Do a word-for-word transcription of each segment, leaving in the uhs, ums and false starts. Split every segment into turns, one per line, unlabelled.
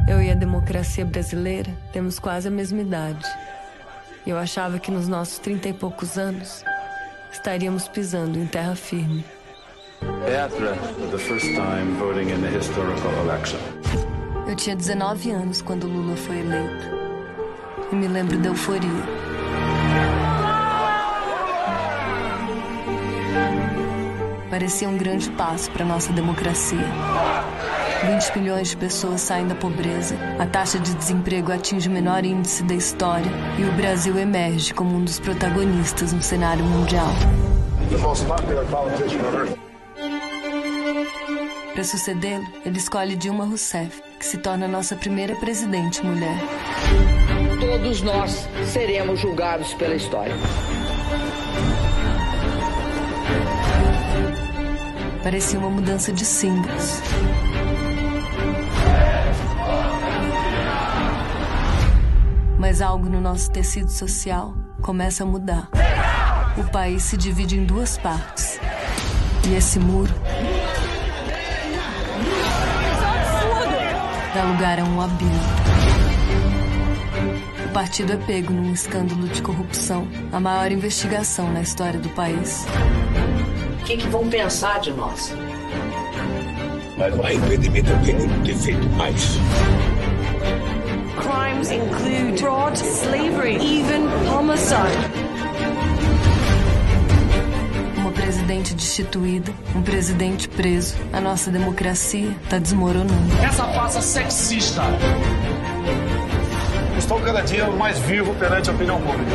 Eu e a democracia brasileira temos quase a mesma idade. Eu achava que nos nossos trinta e poucos anos estaríamos pisando em terra firme.
Petra, for the first time voting in the historical election.
Eu tinha dezenove anos quando Lula foi eleito. E me lembro da euforia. Parecia um grande passo para nossa democracia. vinte milhões de pessoas saem da pobreza, a taxa de desemprego atinge o menor índice da história e o Brasil emerge como um dos protagonistas no cenário mundial. Para sucedê-lo, ele escolhe Dilma Rousseff, que se torna nossa primeira presidente mulher.
Todos nós seremos julgados pela história.
Parecia uma mudança de símbolos. Mas algo no nosso tecido social começa a mudar. O país se divide em duas partes. E esse muro dá lugar a um abismo. O partido é pego num escândalo de corrupção, a maior investigação na história do país.
O que, que vão pensar de nós?
Mas o arrependimento é que tem que ter feito mais.
Crimes include fraud, slavery, even homicide.
Uma presidente destituída, um presidente preso. A nossa democracia está desmoronando.
Essa farsa sexista.
Estou cada dia mais vivo perante a opinião pública.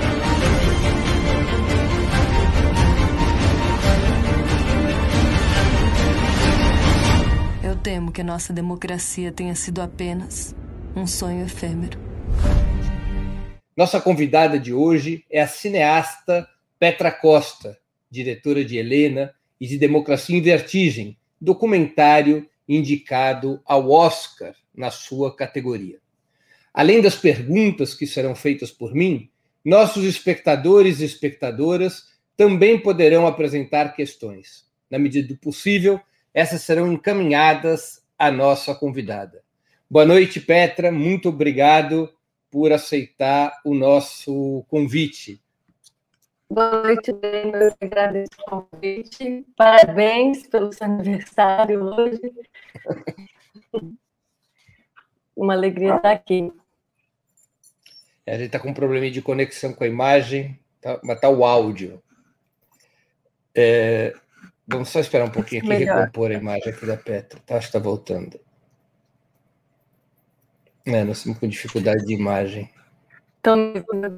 Eu temo que a nossa democracia tenha sido apenas um sonho efêmero.
Nossa convidada de hoje é a cineasta Petra Costa, diretora de Helena e de Democracia em Vertigem, documentário indicado ao Oscar na sua categoria. Além das perguntas que serão feitas por mim, nossos espectadores e espectadoras também poderão apresentar questões. Na medida do possível, essas serão encaminhadas à nossa convidada. Boa noite, Petra. Muito obrigado por aceitar o nosso convite.
Boa noite, Breno. Eu agradeço o convite. Parabéns pelo seu aniversário hoje. Uma alegria estar aqui.
A gente está com um probleminha de conexão com a imagem, tá, mas está o áudio. É, vamos só esperar um pouquinho aqui, Melhor. recompor a imagem aqui da Petra. Tá, acho que está voltando. É, nós estamos com dificuldade de imagem.
Então,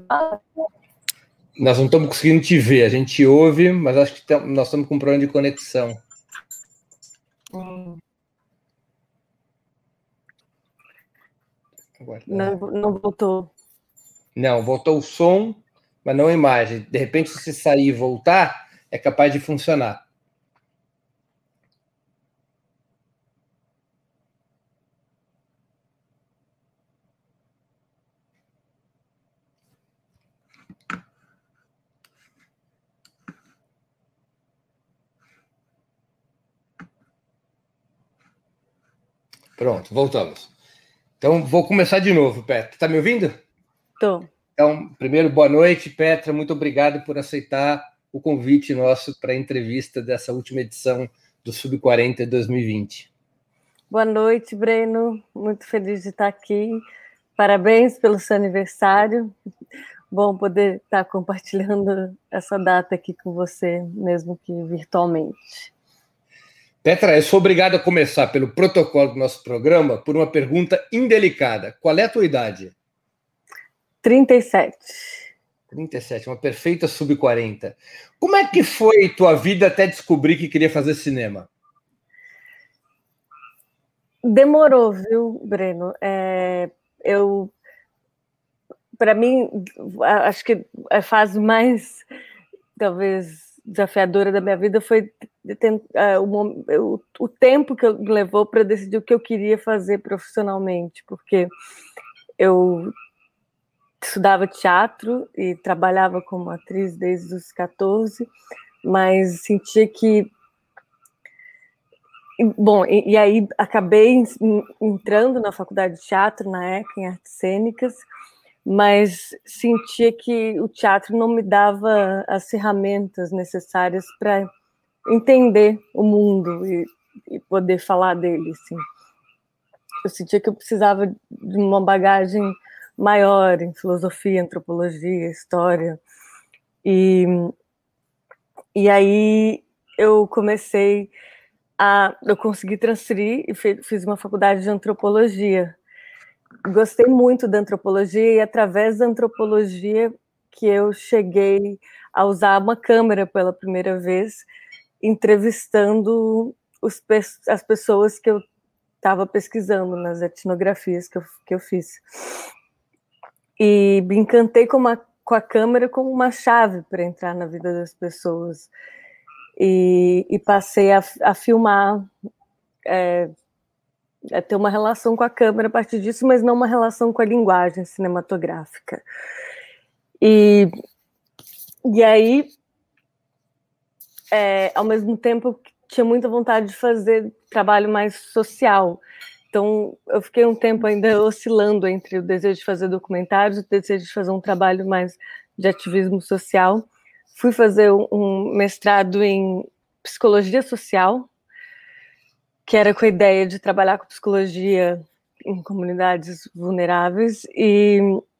nós não estamos conseguindo te ver, a gente ouve, mas acho que tam, nós estamos com um problema de conexão.
Hum.
Não,
não voltou.
Não, voltou o som, mas não a imagem. De repente, se você sair e voltar, é capaz de funcionar. Pronto, voltamos. Então, vou começar de novo, Petra. Está me ouvindo?
Estou.
Então, primeiro, boa noite, Petra. Muito obrigado por aceitar o convite nosso para a entrevista dessa última edição do Sub quarenta dois mil e vinte.
Boa noite, Breno. Muito feliz de estar aqui. Parabéns pelo seu aniversário. Bom poder estar compartilhando essa data aqui com você, mesmo que virtualmente.
Petra, eu sou obrigado a começar pelo protocolo do nosso programa por uma pergunta indelicada. Qual é a tua idade?
trinta e sete.
trinta e sete, uma perfeita sub quarenta. Como é que foi tua vida até descobrir que queria fazer cinema?
Demorou, viu, Breno? É, eu, para mim, acho que a fase mais, talvez, desafiadora da minha vida foi uh, o, o tempo que me levou para decidir o que eu queria fazer profissionalmente, porque eu estudava teatro e trabalhava como atriz desde os quatorze, mas sentia que Bom, e, e aí acabei entrando na faculdade de teatro, na E C A, em artes cênicas, mas sentia que o teatro não me dava as ferramentas necessárias para entender o mundo e, e poder falar dele, assim. Eu sentia que eu precisava de uma bagagem maior em filosofia, antropologia, história. E, e aí eu comecei a... Eu consegui transferir e fiz uma faculdade de antropologia. Gostei muito da antropologia e através da antropologia que eu cheguei a usar uma câmera pela primeira vez, entrevistando os, as pessoas que eu estava pesquisando nas etnografias que eu, que eu fiz. E me encantei com, uma, com a câmera como uma chave para entrar na vida das pessoas. E, e passei a, a filmar, é, a ter uma relação com a câmera a partir disso, mas não uma relação com a linguagem cinematográfica. E, e aí, é, ao mesmo tempo, tinha muita vontade de fazer trabalho mais social. Então, eu fiquei um tempo ainda oscilando entre o desejo de fazer documentários e o desejo de fazer um trabalho mais de ativismo social. Fui fazer um mestrado em psicologia social, que era com a ideia de trabalhar com psicologia em comunidades vulneráveis. E,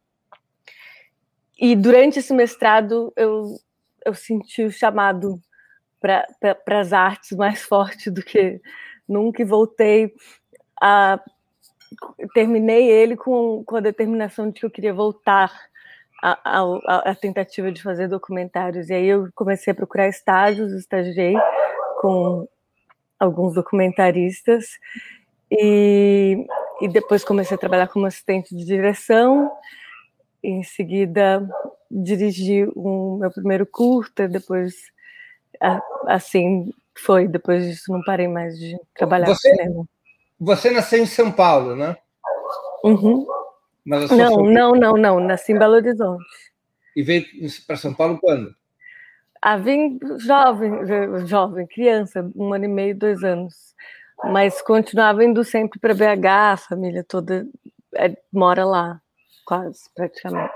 e durante esse mestrado, eu, eu senti o chamado para pra, as artes mais forte do que nunca, e voltei a... Terminei ele com, com a determinação de que eu queria voltar à, à, à tentativa de fazer documentários. E aí eu comecei a procurar estágios, estagiei com alguns documentaristas e, e depois comecei a trabalhar como assistente de direção. Em seguida dirigi o meu primeiro curta, depois assim foi, depois disso não parei mais de trabalhar
você,
com cinema.
Você nasceu em São Paulo, né?
Uhum.
Mas
não,
família...
não, não, não, nasci em Belo Horizonte.
E veio para São Paulo quando?
Ah, vim jovem, jovem, criança, um ano e meio, dois anos. Mas continuava indo sempre para B H, a família toda é, mora lá, quase, praticamente.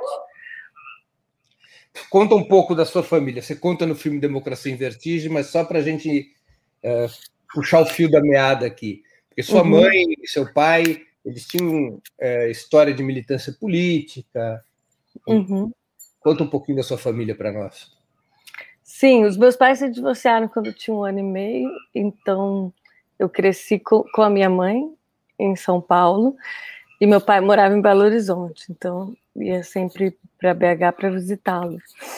Conta um pouco da sua família. Você conta no filme Democracia em Vertigem, mas só para a gente é, puxar o fio da meada aqui. Porque sua uhum. mãe e seu pai, eles tinham é, história de militância política.
Uhum.
Conta um pouquinho da sua família para nós.
Sim, os meus pais se divorciaram quando eu tinha um ano e meio, então eu cresci com, com a minha mãe em São Paulo e meu pai morava em Belo Horizonte, então ia sempre para B H para visitá-lo.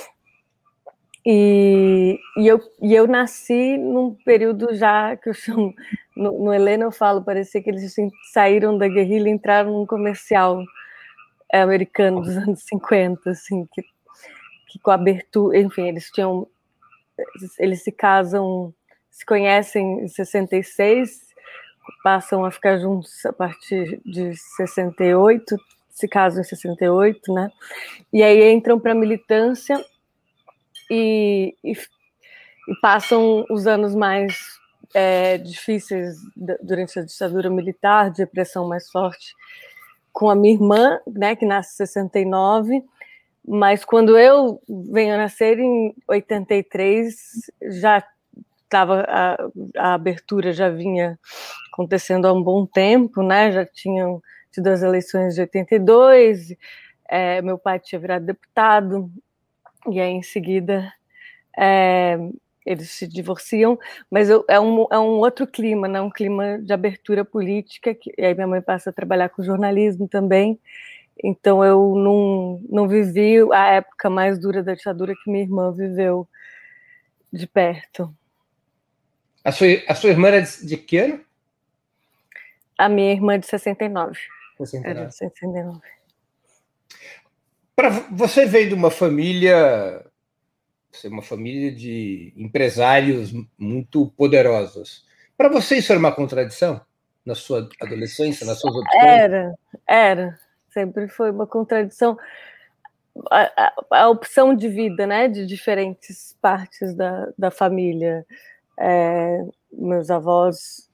E, e, eu, e eu nasci num período já que eu chamo, no, no Helena eu falo, parecia que eles assim, saíram da guerrilha e entraram num comercial é, americano dos anos cinquenta, assim, que, que com a abertura, enfim, eles tinham, eles se casam, se conhecem em sessenta e seis, passam a ficar juntos a partir de sessenta e oito, se casam em sessenta e oito, né? E aí entram para a militância e, e, e passam os anos mais é, difíceis durante a ditadura militar, de repressão mais forte, com a minha irmã, né, que nasce em sessenta e nove, mas quando eu venho a nascer em oitenta e três, já estava a, a abertura já vinha acontecendo há um bom tempo, né? Já tinham tido as eleições de oitenta e dois, é, meu pai tinha virado deputado, e aí em seguida é, eles se divorciam, mas eu, é, um, é um outro clima, né? Um clima de abertura política, que, e aí minha mãe passa a trabalhar com jornalismo também, então eu não, não vivi a época mais dura da ditadura que minha irmã viveu de perto.
A sua, a sua irmã era de, de que ano?
A minha irmã é de sessenta e nove.
sessenta e nove.
Era de sessenta e nove.
Pra, você veio de uma família, uma família de empresários muito poderosos. Para você isso era uma contradição na sua adolescência, nas suas opções?
Era, era. Sempre foi uma contradição. A, a, a opção de vida, né, de diferentes partes da, da família. É, meus avós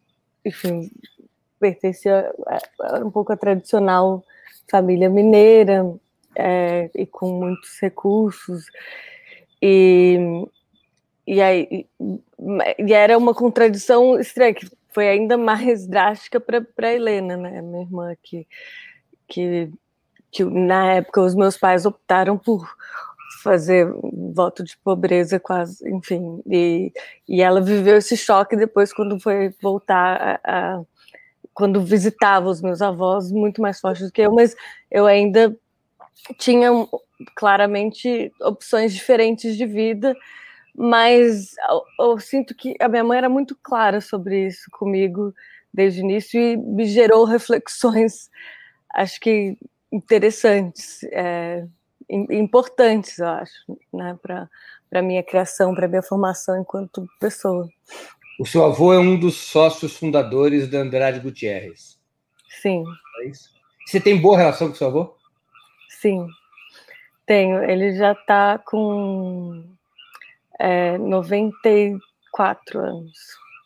enfim, pertencia a, a um pouco à tradicional família mineira, é, e com muitos recursos, e, e, aí, e era uma contradição estranha, que foi ainda mais drástica para a Helena, né, minha irmã, que, que, que na época os meus pais optaram por fazer voto de pobreza quase, enfim, e, e ela viveu esse choque depois quando foi voltar a, a quando visitava os meus avós, muito mais forte do que eu, mas eu ainda tinha claramente opções diferentes de vida, mas eu, eu sinto que a minha mãe era muito clara sobre isso comigo desde o início e me gerou reflexões, acho que interessantes, é, importantes, eu acho, né, para a minha criação, para a minha formação enquanto pessoa.
O seu avô é um dos sócios fundadores da Andrade Gutierrez.
Sim.
É isso? Você tem boa relação com o seu avô?
Sim, tenho. Ele já está com é, noventa e quatro anos.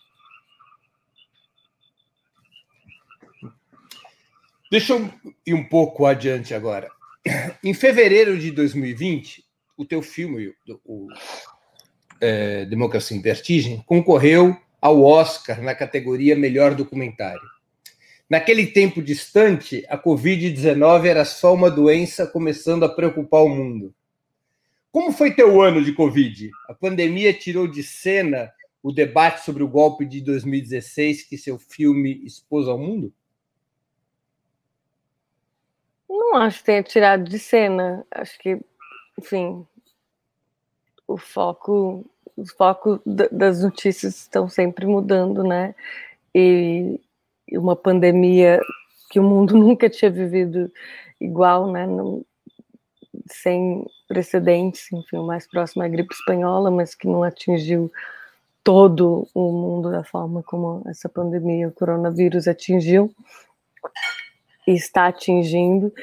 Deixa eu ir um pouco adiante agora. Em fevereiro de dois mil e vinte, o teu filme, o é, Democracia em Vertigem, concorreu ao Oscar na categoria Melhor Documentário. Naquele tempo distante, a covid dezenove era só uma doença começando a preocupar o mundo. Como foi teu ano de Covid? A pandemia tirou de cena o debate sobre o golpe de dois mil e dezesseis que seu filme expôs ao mundo?
Não acho que tenha tirado de cena. Acho que, enfim, o foco, o foco das notícias estão sempre mudando, né? E uma pandemia que o mundo nunca tinha vivido igual, né? Não, sem precedentes, enfim, o mais próximo é a gripe espanhola, mas que não atingiu todo o mundo da forma como essa pandemia, o coronavírus, atingiu e está atingindo.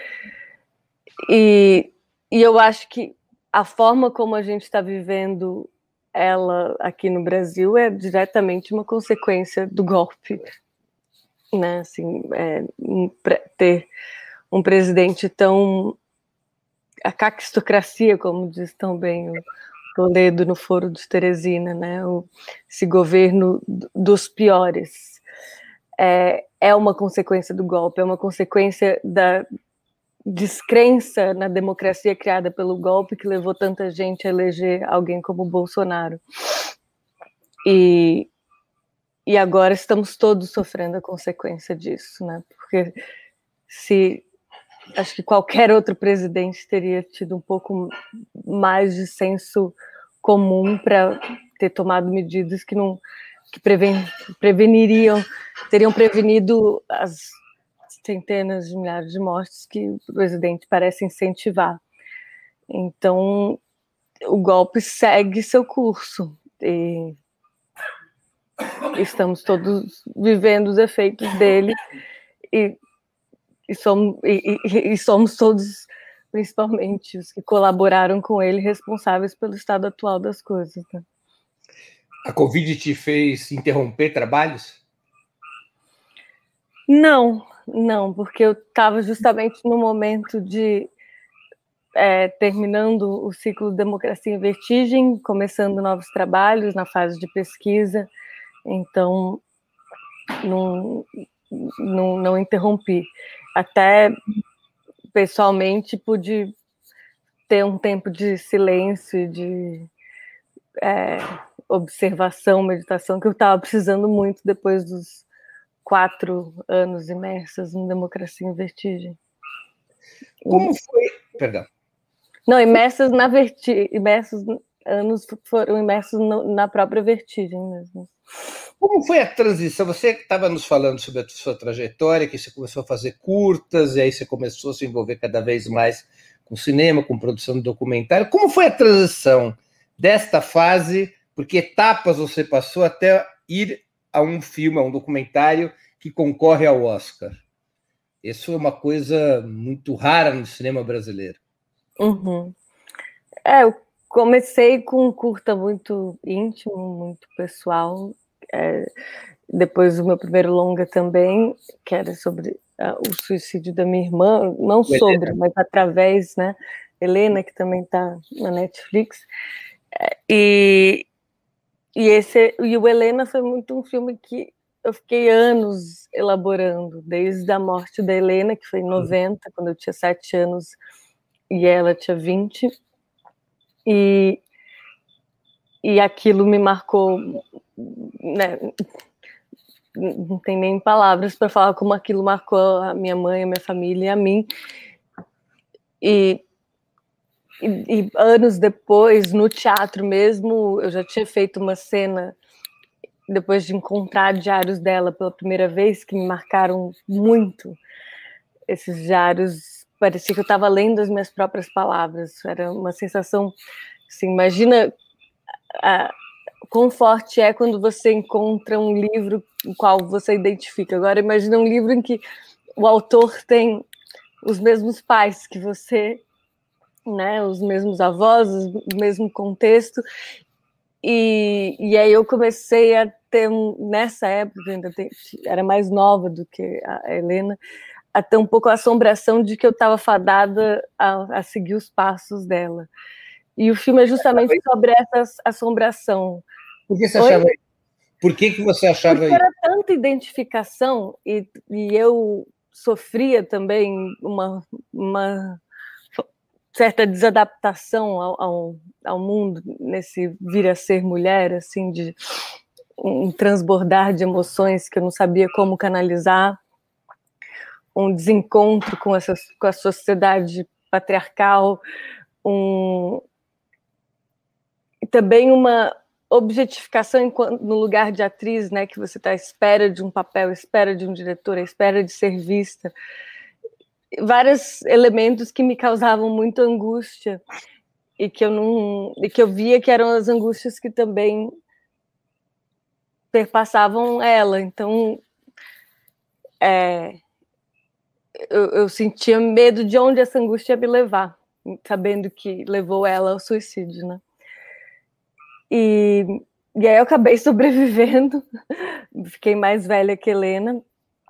E, e eu acho que a forma como a gente está vivendo ela aqui no Brasil é diretamente uma consequência do golpe, né? Assim, é, ter um presidente tão... a caquistocracia, como diz tão bem o Toledo no Foro de Teresina, né? O, esse governo dos piores é, é uma consequência do golpe, é uma consequência da descrença na democracia criada pelo golpe que levou tanta gente a eleger alguém como Bolsonaro. E, e agora estamos todos sofrendo a consequência disso, né? Porque se... acho que qualquer outro presidente teria tido um pouco mais de senso comum para ter tomado medidas que não que preven, preveniriam, teriam prevenido as centenas de milhares de mortes que o presidente parece incentivar. Então, o golpe segue seu curso e estamos todos vivendo os efeitos dele e E somos, e, e, e somos todos, principalmente os que colaboraram com ele, responsáveis pelo estado atual das coisas. Né?
A Covid te fez interromper trabalhos?
Não, não, porque eu estava justamente no momento de é, terminando o ciclo Democracia em Vertigem, começando novos trabalhos na fase de pesquisa, então não, não, não interrompi. Até pessoalmente pude ter um tempo de silêncio, de é, observação, meditação, que eu estava precisando muito depois dos quatro anos imersas em Democracia em Vertigem.
Como foi? Perdão.
Não, imersas na vertigem, imersos anos foram imersos no, na própria vertigem mesmo.
Como foi a transição? Você estava nos falando sobre a sua trajetória, que você começou a fazer curtas, e aí você começou a se envolver cada vez mais com cinema, com produção de documentário. Como foi a transição desta fase? Porque etapas você passou até ir a um filme, a um documentário que concorre ao Oscar. Isso é uma coisa muito rara no cinema brasileiro.
Uhum. É, eu comecei com um curta muito íntimo, muito pessoal, é, depois o meu primeiro longa também, que era sobre uh, o suicídio da minha irmã, não sobre, mas através, né? Helena, que também está na Netflix. E, e, esse, e o Helena foi muito um filme que eu fiquei anos elaborando, desde a morte da Helena, que foi em noventa, quando eu tinha sete anos, e ela tinha vinte. E, e aquilo me marcou, né? Não tem nem palavras para falar como aquilo marcou a minha mãe, a minha família e a mim. E, e, e anos depois, no teatro mesmo, eu já tinha feito uma cena, depois de encontrar diários dela pela primeira vez, que me marcaram muito. Esses diários, parecia que eu estava lendo as minhas próprias palavras. Era uma sensação, assim, imagina a, quão forte é quando você encontra um livro no qual você identifica. Agora, imagina um livro em que o autor tem os mesmos pais que você, né, os mesmos avós, o mesmo contexto. E, e aí eu comecei a ter, nessa época, eu ainda tem, era mais nova do que a Helena, a ter um pouco a assombração de que eu estava fadada a, a seguir os passos dela. E o filme é justamente sobre essa assombração.
Por que você achava isso? Por que, que você achava
Porque
isso?
era tanta identificação, e, e eu sofria também uma, uma certa desadaptação ao, ao, ao mundo, nesse vir a ser mulher, assim, de um transbordar de emoções que eu não sabia como canalizar, um desencontro com, essa, com a sociedade patriarcal, um, e também uma objetificação no lugar de atriz, né, que você está à espera de um papel, à espera de um diretor, à espera de ser vista. Vários elementos que me causavam muita angústia e que eu não, e que eu via que eram as angústias que também perpassavam ela. Então, é, eu, eu sentia medo de onde essa angústia ia me levar, sabendo que levou ela ao suicídio, né? E, e aí eu acabei sobrevivendo, fiquei mais velha que Helena,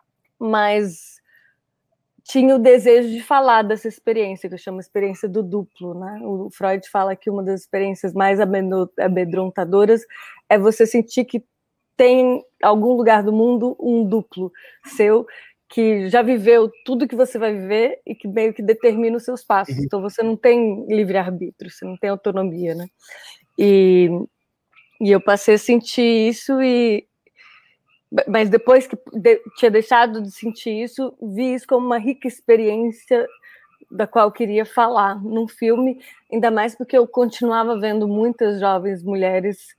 mas tinha o desejo de falar dessa experiência, que eu chamo de experiência do duplo, né? O Freud fala que uma das experiências mais amedrontadoras é você sentir que tem em algum lugar do mundo um duplo seu, que já viveu tudo que você vai viver e que meio que determina os seus passos. Uhum. Então você não tem livre-arbítrio, você não tem autonomia, né? E, e eu passei a sentir isso, e, mas depois que de, tinha deixado de sentir isso, vi isso como uma rica experiência da qual eu queria falar num filme, ainda mais porque eu continuava vendo muitas jovens mulheres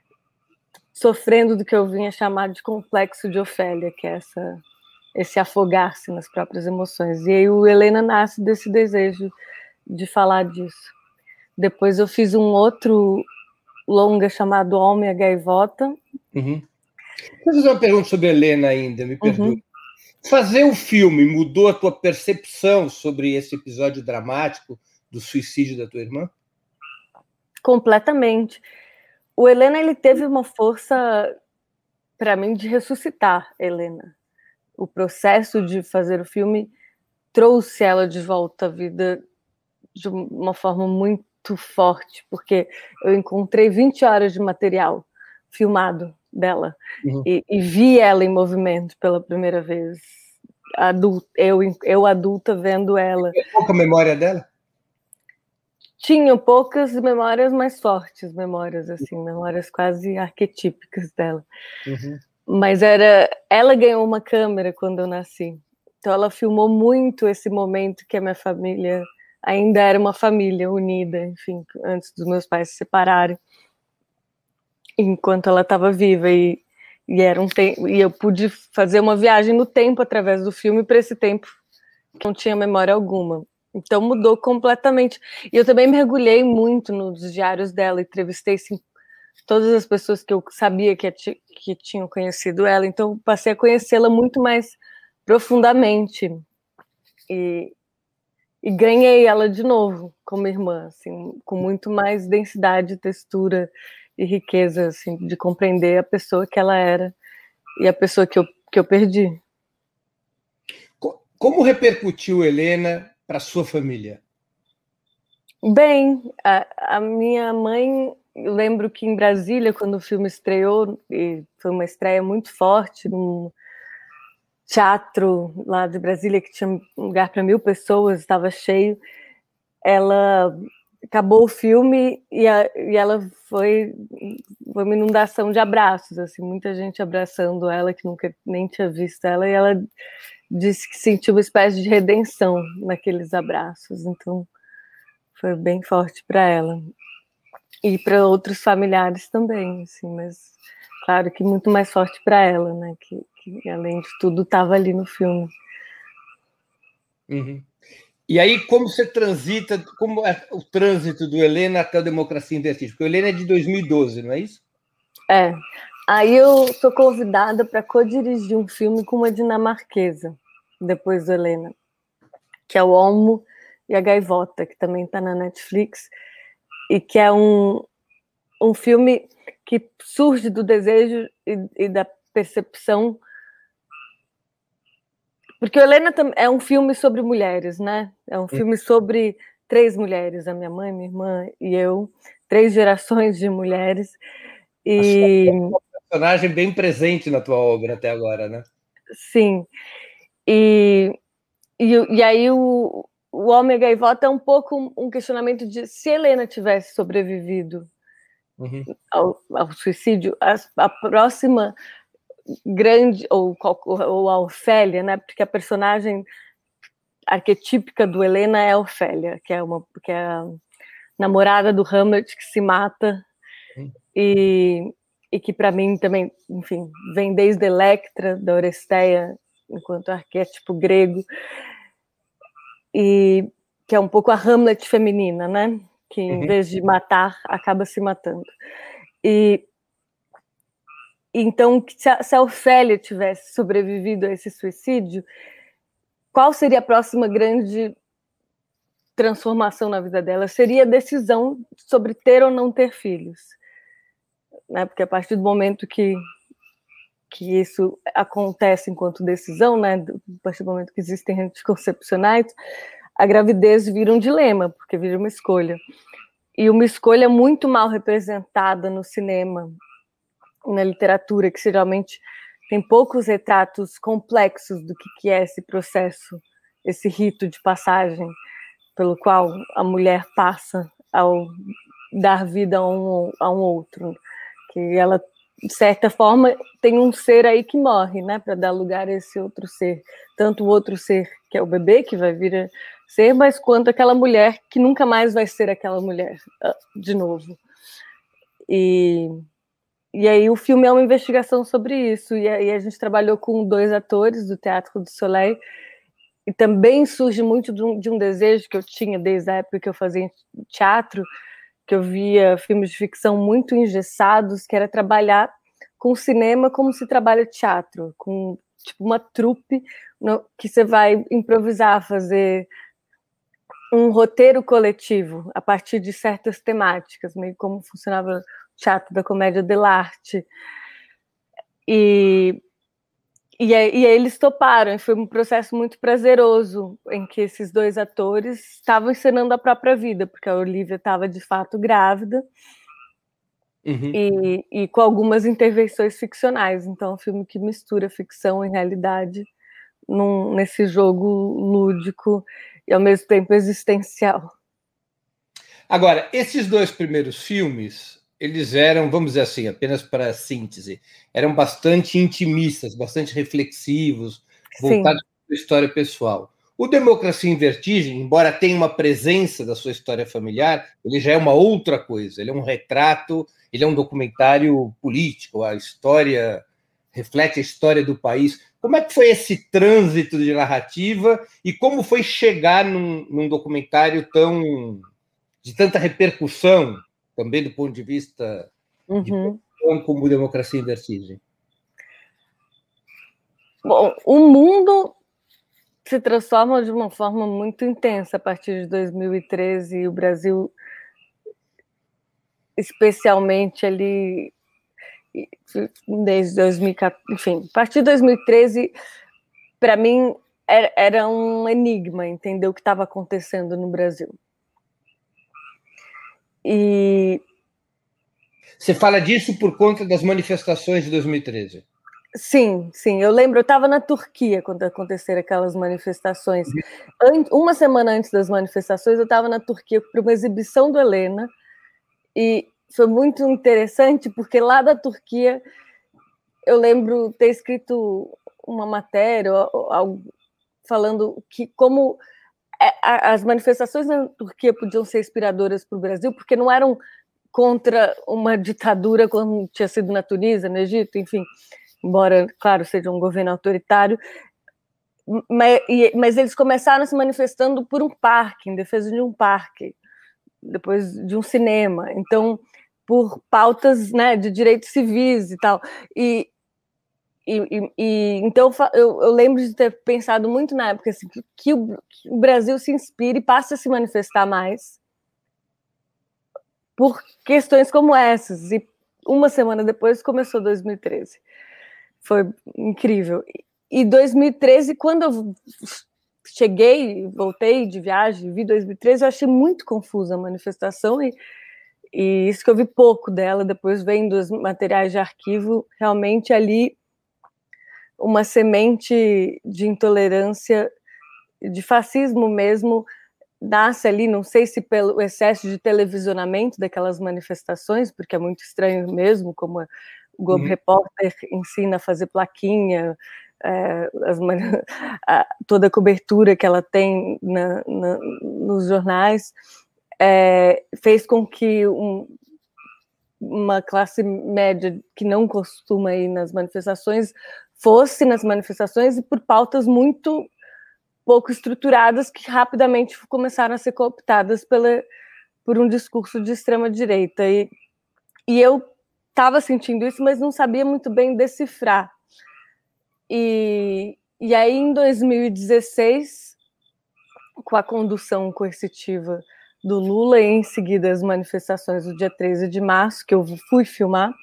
sofrendo do que eu vinha chamar de complexo de Ofélia, que é essa, esse afogar-se nas próprias emoções. E aí o Helena nasce desse desejo de falar disso. Depois eu fiz um outro longa chamado Homem a Gaivota.
Uhum. Vou fazer uma pergunta sobre Helena ainda, me perdoe. Uhum. Fazer o filme mudou a tua percepção sobre esse episódio dramático do suicídio da tua irmã?
Completamente. O Helena, ele teve uma força, para mim, de ressuscitar Helena. O processo de fazer o filme trouxe ela de volta à vida de uma forma muito forte, porque eu encontrei vinte horas de material filmado dela, uhum. e, e vi ela em movimento pela primeira vez, adulta, eu, eu adulta vendo ela.
Tinha pouca memória dela?
Tinha poucas memórias mais fortes, memórias assim, memórias quase arquetípicas dela. Uhum. Mas era, ela ganhou uma câmera quando eu nasci, então ela filmou muito esse momento que a minha família ainda era uma família unida, enfim, antes dos meus pais se separarem, enquanto ela estava viva, e, e, era um te- e eu pude fazer uma viagem no tempo através do filme para esse tempo que não tinha memória alguma. Então mudou completamente. E eu também mergulhei muito nos diários dela, entrevistei sim, todas as pessoas que eu sabia que, que tinham conhecido ela, então passei a conhecê-la muito mais profundamente. E, e ganhei ela de novo como irmã, assim, com muito mais densidade, textura e riqueza, assim, de compreender a pessoa que ela era e a pessoa que eu, que eu perdi.
Como repercutiu Helena para sua família?
Bem, a, a minha mãe, eu lembro que em Brasília, quando o filme estreou, e foi uma estreia muito forte, num teatro lá de Brasília, que tinha um lugar para mil pessoas, estava cheio, ela acabou o filme e, a, e ela foi, foi uma inundação de abraços, assim, muita gente abraçando ela, que nunca nem tinha visto ela, e ela disse que sentiu uma espécie de redenção naqueles abraços, então foi bem forte para ela. E para outros familiares também, assim, mas claro que muito mais forte para ela, né, que, que além de tudo estava ali no filme.
Uhum. E aí, como você transita, como é o trânsito do Helena até a Democracia em Vertigem? Porque o Helena é de dois mil e doze, não é isso?
É. Aí eu sou convidada para co-dirigir um filme com uma dinamarquesa, depois do Helena, que é o Olmo e a Gaivota, que também está na Netflix, e que é um, um filme que surge do desejo e, e da percepção. Porque o Helena é um filme sobre mulheres, né? É um filme sobre três mulheres, a minha mãe, minha irmã e eu, três gerações de mulheres. E...
é uma personagem bem presente na tua obra até agora, né?
Sim. E, e, e aí o, o Homem Gaivota é um pouco um questionamento de se Helena tivesse sobrevivido uhum. ao, ao suicídio, a, a próxima grande, ou, ou a Ofélia, né? Porque a personagem arquetípica do Helena é a Ofélia, que é, uma, que é a namorada do Hamlet que se mata uhum. e, e que para mim também, enfim, vem desde Electra, da Oresteia, enquanto arquétipo grego, e que é um pouco a Hamlet feminina, né? Que em uhum. vez de matar, acaba se matando. E então, se a Ofélia tivesse sobrevivido a esse suicídio, qual seria a próxima grande transformação na vida dela? Seria a decisão sobre ter ou não ter filhos, né? Porque a partir do momento que que isso acontece enquanto decisão, né? A partir do momento que existem anticoncepcionais, a gravidez vira um dilema, porque vira uma escolha. E uma escolha muito mal representada no cinema, na literatura, que geralmente tem poucos retratos complexos do que é esse processo, esse rito de passagem pelo qual a mulher passa ao dar vida a um, a um outro, que ela, de certa forma, tem um ser aí que morre, né, para dar lugar a esse outro ser, tanto o outro ser que é o bebê, que vai vir a ser, mas quanto aquela mulher que nunca mais vai ser aquela mulher de novo. E E aí o filme é uma investigação sobre isso, e aí a gente trabalhou com dois atores do Teatro do Soleil, e também surge muito de um, de um desejo que eu tinha desde a época que eu fazia teatro, que eu via filmes de ficção muito engessados, que era trabalhar com cinema como se trabalha teatro, com tipo uma trupe no, que você vai improvisar, fazer um roteiro coletivo a partir de certas temáticas, meio como funcionava teatro da comédia dell'arte, e, e, aí, e aí eles toparam, e foi um processo muito prazeroso, em que esses dois atores estavam encenando a própria vida, porque a Olivia estava de fato grávida, uhum. e, e com algumas intervenções ficcionais, então é um filme que mistura ficção e realidade num, nesse jogo lúdico e ao mesmo tempo existencial.
Agora, esses dois primeiros filmes, eles eram, vamos dizer assim, apenas para síntese, eram bastante intimistas, bastante reflexivos, voltados para a história pessoal. O Democracia em Vertigem, embora tenha uma presença da sua história familiar, ele já é uma outra coisa, ele é um retrato, ele é um documentário político, a história reflete a história do país. Como é que foi esse trânsito de narrativa e como foi chegar num, num documentário tão de tanta repercussão, também do ponto de vista uhum. de como Democracia em Vertigem?
Bom, o mundo se transforma de uma forma muito intensa a partir de dois mil e treze, e o Brasil, especialmente ali, desde dois mil e quatorze, enfim, a partir de dois mil e treze, para mim era, era um enigma entender o que estava acontecendo no Brasil. E
você fala disso por conta das manifestações de dois mil e treze?
Sim, sim. Eu lembro, eu estava na Turquia quando aconteceram aquelas manifestações. Uma semana antes das manifestações, eu estava na Turquia para uma exibição do Helena, e foi muito interessante, porque lá da Turquia, eu lembro ter escrito uma matéria algo, falando que como as manifestações na Turquia podiam ser inspiradoras para o Brasil, porque não eram contra uma ditadura como tinha sido na Tunísia, no Egito, enfim, embora, claro, seja um governo autoritário, mas, mas eles começaram se manifestando por um parque, em defesa de um parque, depois de um cinema, então, por pautas, né, de direitos civis e tal, e, e, e então eu, eu lembro de ter pensado muito na época assim, que, que, o, que o Brasil se inspire e passe a se manifestar mais por questões como essas, e uma semana depois começou dois mil e treze. Foi incrível. E dois mil e treze, quando eu cheguei, voltei de viagem, vi dois mil e treze, eu achei muito confusa a manifestação, e, e isso que eu vi pouco dela, depois vendo os materiais de arquivo, realmente ali uma semente de intolerância, de fascismo mesmo, nasce ali, não sei se pelo excesso de televisionamento daquelas manifestações, porque é muito estranho mesmo, como o Globo uhum. Repórter ensina a fazer plaquinha, é, as, a, toda a cobertura que ela tem na, na, nos jornais, é, fez com que um, uma classe média que não costuma ir nas manifestações fosse nas manifestações, e por pautas muito pouco estruturadas que rapidamente começaram a ser cooptadas pela, por um discurso de extrema-direita. E, e eu estava sentindo isso, mas não sabia muito bem decifrar. E, e aí, em dois mil e dezesseis, com a condução coercitiva do Lula, e em seguida as manifestações do dia treze de março, que eu fui filmar,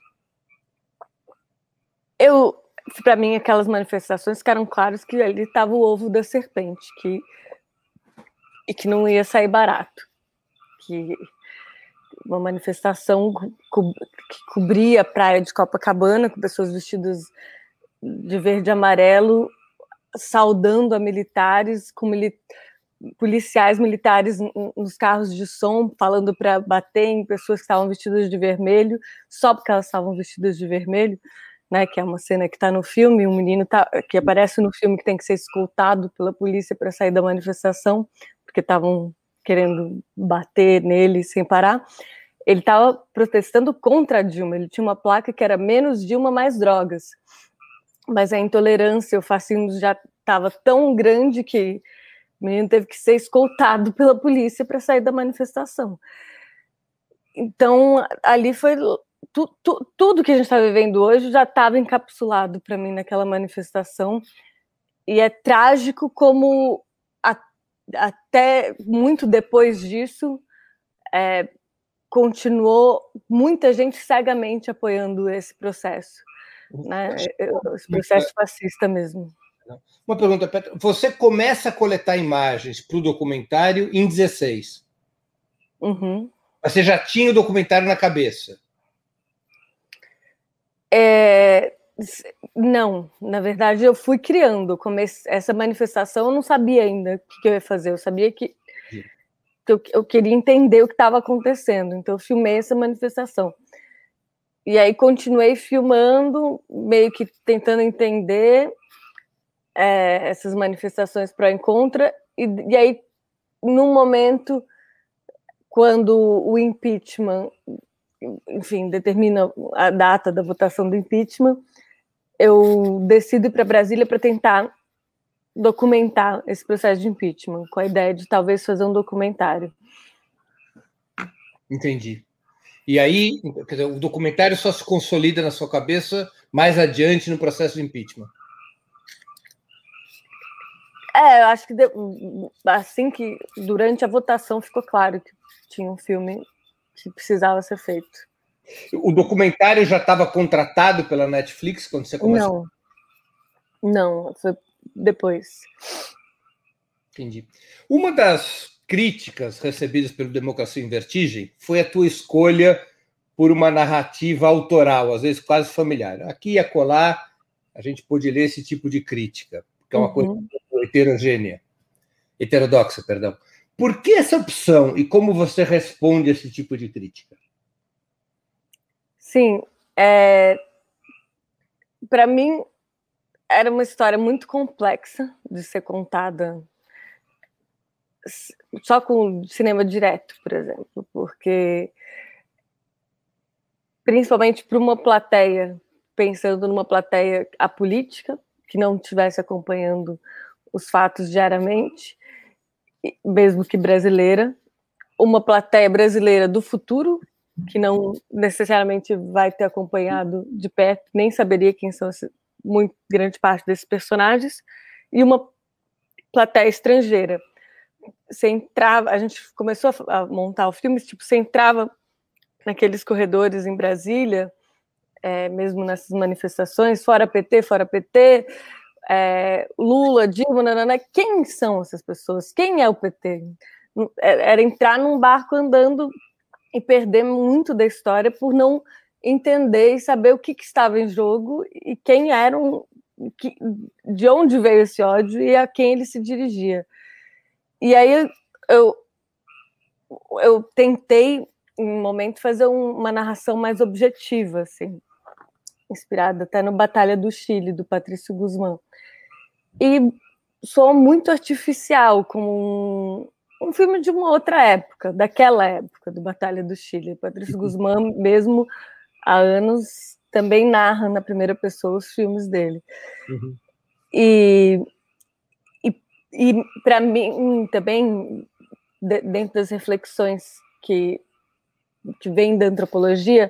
eu, para mim, aquelas manifestações ficaram claras que ali estava o ovo da serpente, que, e que não ia sair barato. Que uma manifestação co que cobria a praia de Copacabana, com pessoas vestidas de verde e amarelo, saudando a militares, com mili policiais militares nos carros de som, falando para bater em pessoas que estavam vestidas de vermelho, só porque elas estavam vestidas de vermelho, né, que é uma cena que está no filme, um menino tá, que aparece no filme que tem que ser escoltado pela polícia para sair da manifestação, porque estavam querendo bater nele sem parar. Ele estava protestando contra a Dilma, ele tinha uma placa que era menos Dilma, mais drogas. Mas a intolerância, o fascismo já estava tão grande que o menino teve que ser escoltado pela polícia para sair da manifestação. Então, ali foi... Tu, tu, tudo que a gente está vivendo hoje já estava encapsulado para mim naquela manifestação, e é trágico como a, até muito depois disso é, continuou muita gente cegamente apoiando esse processo, né? Esse processo fascista mesmo.
Uma pergunta, Petra. Você começa a coletar imagens para o documentário em dezesseis.
Uhum.
Mas você já tinha o documentário na cabeça?
É, não, na verdade eu fui criando. Comece... Essa manifestação eu não sabia ainda o que eu ia fazer. Eu sabia que, que eu, eu queria entender o que estava acontecendo. Então eu filmei essa manifestação. E aí continuei filmando, meio que tentando entender é, essas manifestações pró e contra. E, e aí, num momento, quando o impeachment... enfim, determina a data da votação do impeachment, eu decido ir para Brasília para tentar documentar esse processo de impeachment, com a ideia de talvez fazer um documentário.
Entendi. E aí, quer dizer, o documentário só se consolida na sua cabeça mais adiante no processo de impeachment?
É, eu acho que assim que durante a votação ficou claro que tinha um filme que precisava ser feito.
O documentário já estava contratado pela Netflix quando você começou?
Não, não, foi depois.
Entendi. Uma das críticas recebidas pelo Democracia em Vertigem foi a tua escolha por uma narrativa autoral, às vezes quase familiar. Aqui e acolá, a gente pôde ler esse tipo de crítica, que é uma uhum. coisa heterogênea, heterodoxa, perdão. Por que essa opção e como você responde a esse tipo de crítica?
Sim, é... para mim era uma história muito complexa de ser contada só com cinema direto, por exemplo, porque principalmente para uma plateia, pensando numa plateia apolítica, que não estivesse acompanhando os fatos diariamente, mesmo que brasileira, uma plateia brasileira do futuro, que não necessariamente vai ter acompanhado de perto, nem saberia quem são esse, muito grande parte desses personagens, e uma plateia estrangeira. Você entrava, a gente começou a montar o filme, tipo, você entrava naqueles corredores em Brasília, é, mesmo nessas manifestações, fora P T, fora P T, é, Lula, Dilma, nanana, quem são essas pessoas? Quem é o P T? Era entrar num barco andando e perder muito da história por não entender e saber o que, que estava em jogo e quem eram, que, de onde veio esse ódio e a quem ele se dirigia. E aí eu, eu tentei, em um momento, fazer um, uma narração mais objetiva, assim, inspirada até no Batalha do Chile, do Patrício Guzmán. E soou muito artificial, como um, um filme de uma outra época, daquela época, do Batalha do Chile. Patrício Guzmán, mesmo há anos, também narra na primeira pessoa os filmes dele. Uhum. E, e, e para mim, também, de, dentro das reflexões que, que vêm da antropologia,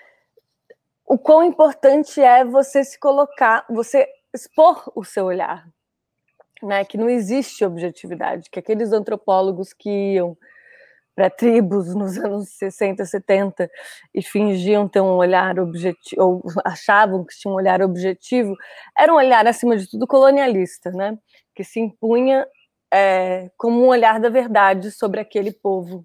o quão importante é você se colocar, você expor o seu olhar, né? Que não existe objetividade, que aqueles antropólogos que iam para tribos nos anos sessenta, setenta e fingiam ter um olhar objetivo, ou achavam que tinham um olhar objetivo, era um olhar, acima de tudo, colonialista, né? Que se impunha é, como um olhar da verdade sobre aquele povo.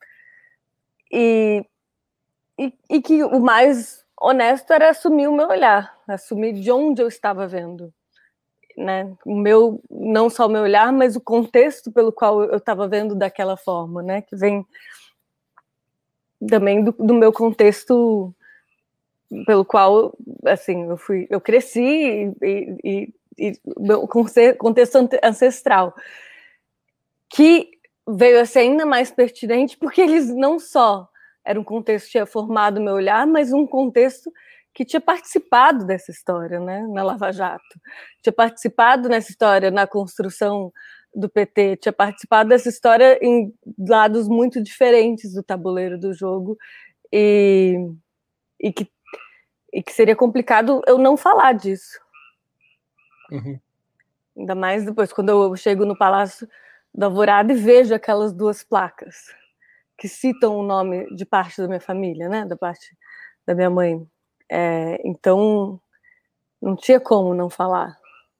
E, e, e que o mais honesto era assumir o meu olhar, assumir de onde eu estava vendo, né? O meu, não só o meu olhar, mas o contexto pelo qual eu estava vendo daquela forma, né? Que vem também do, do meu contexto pelo qual, assim, eu fui, eu cresci e, e, e meu contexto ancestral, que veio a ser ainda mais pertinente porque eles não só era um contexto que tinha formado o meu olhar, mas um contexto que tinha participado dessa história, né, na Lava Jato. Tinha participado nessa história na construção do P T, tinha participado dessa história em lados muito diferentes do tabuleiro do jogo, e, e, que, e que seria complicado eu não falar disso. Uhum. Ainda mais depois, quando eu chego no Palácio da Alvorada e vejo aquelas duas placas que citam o nome de parte da minha família, né, da parte da minha mãe. É, então, não tinha como não falar.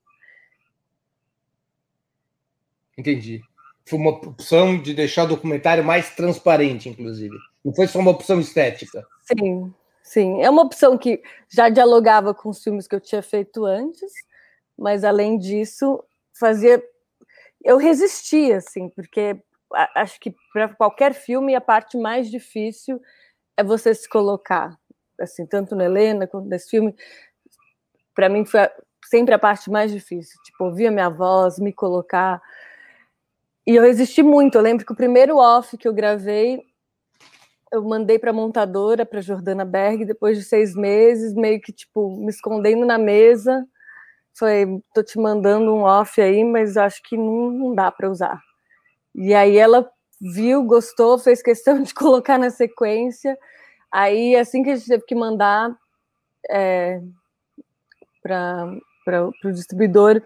Entendi. Foi uma opção de deixar o documentário mais transparente, inclusive. Não foi só uma opção estética.
Sim, sim. É uma opção que já dialogava com os filmes que eu tinha feito antes, mas, além disso, fazia... Eu resistia, assim, porque acho que para qualquer filme a parte mais difícil é você se colocar, assim, tanto na Helena quanto nesse filme. Para mim foi sempre a parte mais difícil, tipo, ouvir a minha voz, me colocar, e eu resisti muito. Eu lembro que o primeiro off que eu gravei, eu mandei para a montadora, para Jordana Berg, depois de seis meses, meio que, tipo, me escondendo na mesa, falei, tô te mandando um off aí, mas acho que não, não dá para usar. E aí ela viu, gostou, fez questão de colocar na sequência. Aí, assim que a gente teve que mandar é, para o distribuidor,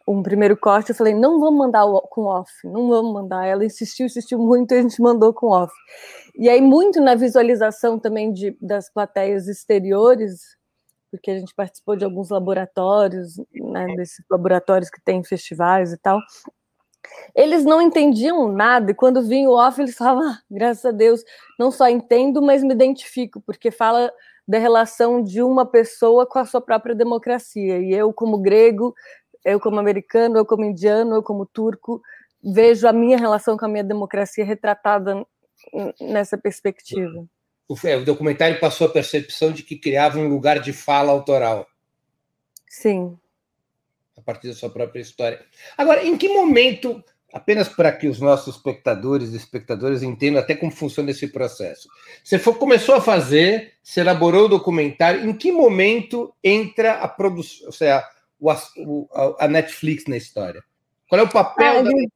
um primeiro corte, eu falei, não vamos mandar com off, não vamos mandar. Ela insistiu, insistiu muito e a gente mandou com off. E aí, muito na visualização também de, das plateias exteriores, porque a gente participou de alguns laboratórios, né, desses laboratórios que tem em festivais e tal, eles não entendiam nada, e quando vinha o off, eles falavam, ah, graças a Deus, não só entendo, mas me identifico, porque fala da relação de uma pessoa com a sua própria democracia, e eu como grego, eu como americano, eu como indiano, eu como turco, vejo a minha relação com a minha democracia retratada nessa perspectiva.
O, o documentário passou a percepção de que criava um lugar de fala autoral.
Sim.
A partir da sua própria história. Agora, em que momento, apenas para que os nossos espectadores e espectadoras entendam até como funciona esse processo, você for, começou a fazer, você elaborou o documentário, em que momento entra a produção, ou seja, o, a Netflix na história? Qual é o papel ah, da Netflix?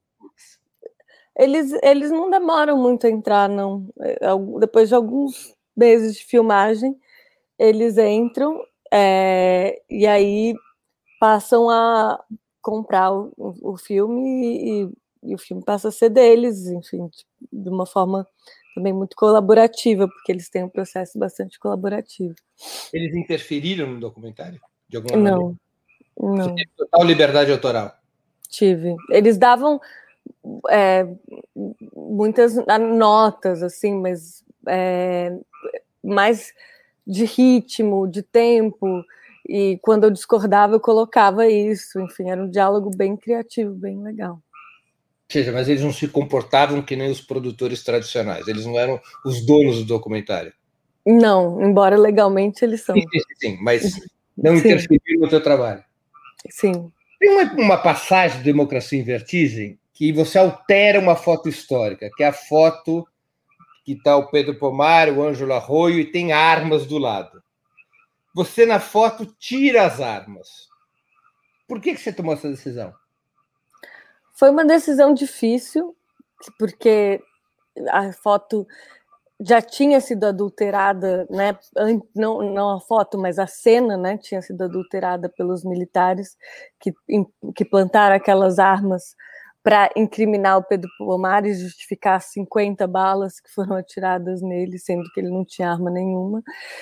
Eles, eles não demoram muito a entrar, não. Depois de alguns meses de filmagem, eles entram é, e aí passam a comprar o, o filme e, e o filme passa a ser deles, enfim, de uma forma também muito colaborativa, porque eles têm um processo bastante colaborativo.
Eles interferiram no documentário? De alguma
não,
maneira?
Não.
Você teve total liberdade autoral?
Tive. Eles davam é, muitas notas, assim, mas é, mais de ritmo, de tempo, e quando eu discordava eu colocava isso, enfim, era um diálogo bem criativo, bem legal.
Ou seja, mas eles não se comportavam que nem os produtores tradicionais, eles não eram os donos do documentário?
Não, embora legalmente eles são.
Sim, sim, sim, mas não
sim.
interferiram no teu trabalho?
Sim.
Tem uma, uma passagem de Democracia em Vertigem que você altera uma foto histórica, que é a foto que está o Pedro Pomar, o Ângelo Arroio, e tem armas do lado. Você, na foto, tira as armas. Por que, que você tomou essa decisão?
Foi uma decisão difícil, porque a foto já tinha sido adulterada, né? não, não a foto, mas a cena, né? Tinha sido adulterada pelos militares que, que plantaram aquelas armas para incriminar o Pedro Pomar e justificar cinquenta balas que foram atiradas nele, sendo que ele não tinha arma nenhuma.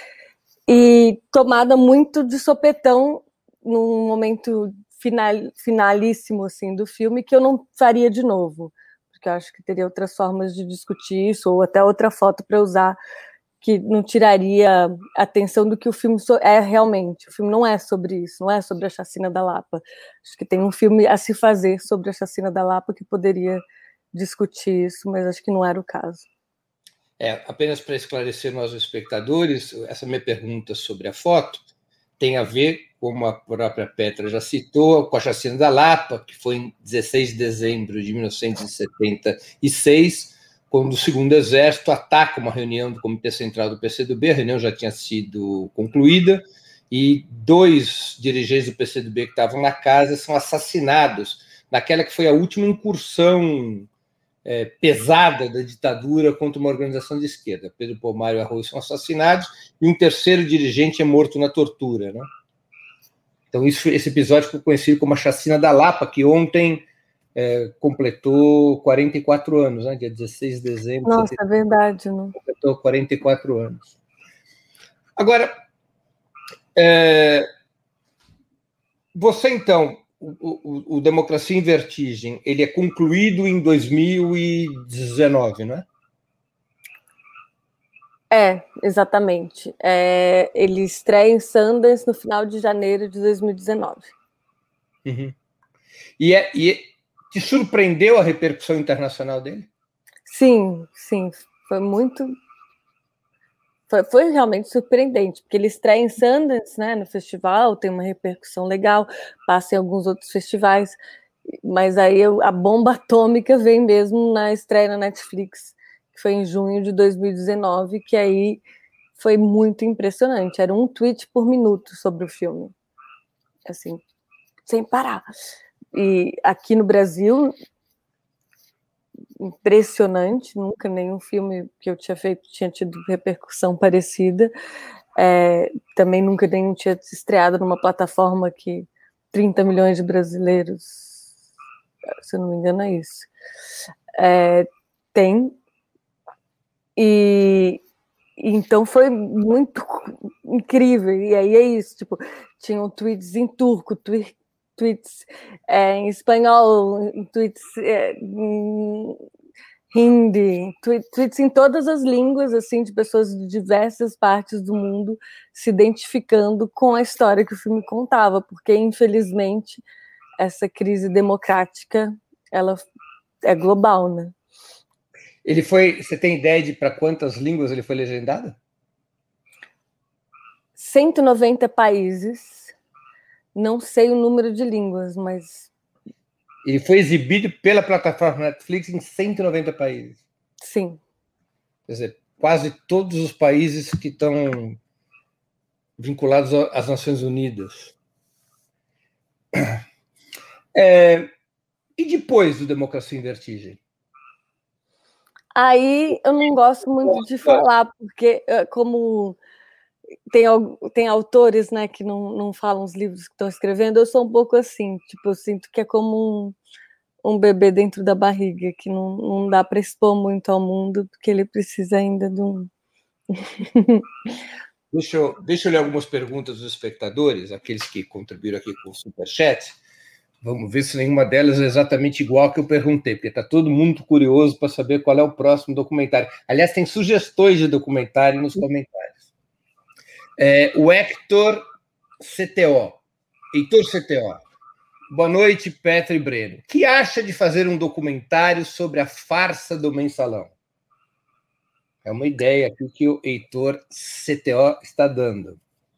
E tomada muito de sopetão num momento final, finalíssimo assim, do filme, que eu não faria de novo, porque eu acho que teria outras formas de discutir isso, ou até outra foto para usar, que não tiraria a atenção do que o filme é realmente. O filme não é sobre isso, não é sobre a chacina da Lapa. Acho que tem um filme a se fazer sobre a chacina da Lapa que poderia discutir isso, mas acho que não era o caso.
É, apenas para esclarecer nossos espectadores, essa minha pergunta sobre a foto tem a ver, como a própria Petra já citou, com a chacina da Lapa, que foi em dezesseis de dezembro de mil novecentos e setenta e seis, quando o Segundo Exército ataca uma reunião do Comitê Central do P C do B, a reunião já tinha sido concluída, e dois dirigentes do P C do B que estavam na casa são assassinados naquela que foi a última incursão é, pesada da ditadura contra uma organização de esquerda. Pedro Pomar e Arroio são assassinados, e um terceiro dirigente é morto na tortura, né? Então, isso, esse episódio ficou conhecido como a Chacina da Lapa, que ontem é, completou quarenta e quatro anos, né? Dia dezesseis de dezembro.
Nossa, é verdade, não?
Completou quarenta e quatro anos. Agora, é, você, então, o, o, o Democracia em Vertigem, ele é concluído em dois mil e dezenove, não é?
É, exatamente. É, ele estreia em Sundance no final de janeiro de dois mil e dezenove.
Uhum. E, é, e te surpreendeu a repercussão internacional dele?
Sim, sim. Foi muito... Foi, foi realmente surpreendente, porque ele estreia em Sundance, né, no festival, tem uma repercussão legal, passa em alguns outros festivais, mas aí a bomba atômica vem mesmo na estreia na Netflix, que foi em junho de dois mil e dezenove, que aí foi muito impressionante. Era um tweet por minuto sobre o filme. Assim, sem parar. E aqui no Brasil, impressionante, nunca nenhum filme que eu tinha feito tinha tido repercussão parecida. É, também nunca nenhum tinha estreado numa plataforma que trinta milhões de brasileiros, se eu não me engano é isso, é, tem, e então foi muito incrível, e aí é isso, tipo, tinham tweets em turco, tweets, tweets é, em espanhol, tweets é, em hindi, tweets, tweets em todas as línguas, assim, de pessoas de diversas partes do mundo se identificando com a história que o filme contava, porque, infelizmente, essa crise democrática, ela é global, né?
Ele foi, você tem ideia de para quantas línguas ele foi legendado?
cento e noventa países, não sei o número de línguas, mas...
Ele foi exibido pela plataforma Netflix em cento e noventa países.
Sim.
Quer dizer, quase todos os países que estão vinculados às Nações Unidas. É, e depois do Democracia em Vertigem?
Aí eu não gosto muito de falar, porque como tem, tem autores, né, que não, não falam os livros que estão escrevendo, eu sou um pouco assim, tipo, eu sinto que é como um, um bebê dentro da barriga, que não, não dá para expor muito ao mundo, porque ele precisa ainda de um...
Deixa eu, deixa eu ler algumas perguntas dos espectadores, aqueles que contribuíram aqui com o Superchat. Vamos ver se nenhuma delas é exatamente igual que eu perguntei, porque está todo mundo curioso para saber qual é o próximo documentário. Aliás, tem sugestões de documentário nos comentários. É, o Hector C T O, Heitor C T O. Boa noite, Petra e Breno. O que acha de fazer um documentário sobre a farsa do Mensalão? É uma ideia aqui que o Heitor C T O está dando.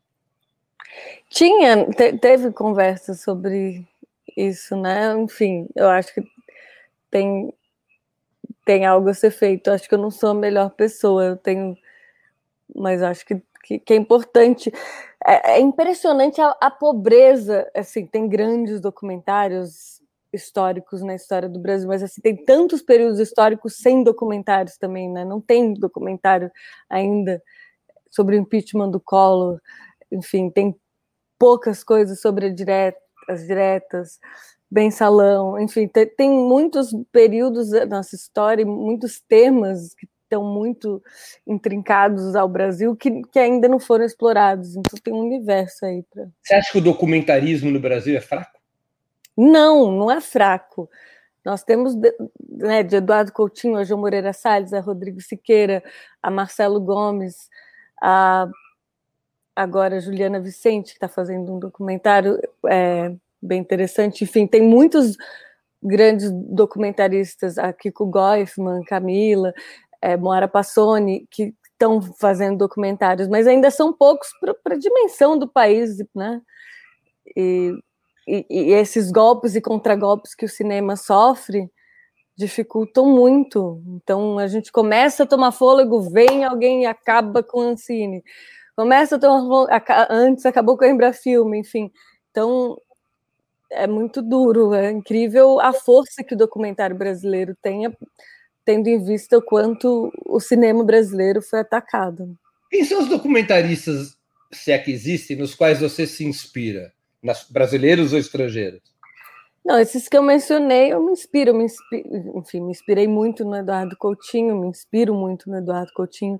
Tinha, te, teve conversa sobre isso, né? Enfim, eu acho que tem, tem algo a ser feito. Eu acho que eu não sou a melhor pessoa, eu tenho, mas acho que, que, que é importante. É, é impressionante a, a pobreza, assim, tem grandes documentários históricos na história do Brasil, mas assim, tem tantos períodos históricos sem documentários também, né? Não tem documentário ainda sobre o impeachment do Collor, enfim, tem poucas coisas sobre a direta, as diretas, Mensalão, enfim, tem, tem muitos períodos da nossa história, muitos temas que estão muito intrincados ao Brasil que, que ainda não foram explorados, então tem um universo aí. Pra...
Você acha que o documentarismo no Brasil é fraco?
Não, não é fraco. Nós temos, né, de Eduardo Coutinho a João Moreira Salles, a Rodrigo Siqueira, a Marcelo Gomes, a agora a Juliana Vicente, que está fazendo um documentário é, bem interessante. Enfim, tem muitos grandes documentaristas, a Kiko Goifman, Camila, é, Moara Passoni, que estão fazendo documentários, mas ainda são poucos para a dimensão do país, né? E, e, e esses golpes e contragolpes que o cinema sofre dificultam muito. Então, a gente começa a tomar fôlego, vem alguém e acaba com o Ancine. Começa a tomar... Antes acabou com a Embrafilme, enfim. Então, é muito duro. É incrível a força que o documentário brasileiro tem, tendo em vista o quanto o cinema brasileiro foi atacado.
Quem são os documentaristas, se é que existem, nos quais você se inspira? Brasileiros ou estrangeiros?
Não, esses que eu mencionei, eu me inspiro, eu me inspiro, enfim, me inspirei muito no Eduardo Coutinho, me inspiro muito no Eduardo Coutinho.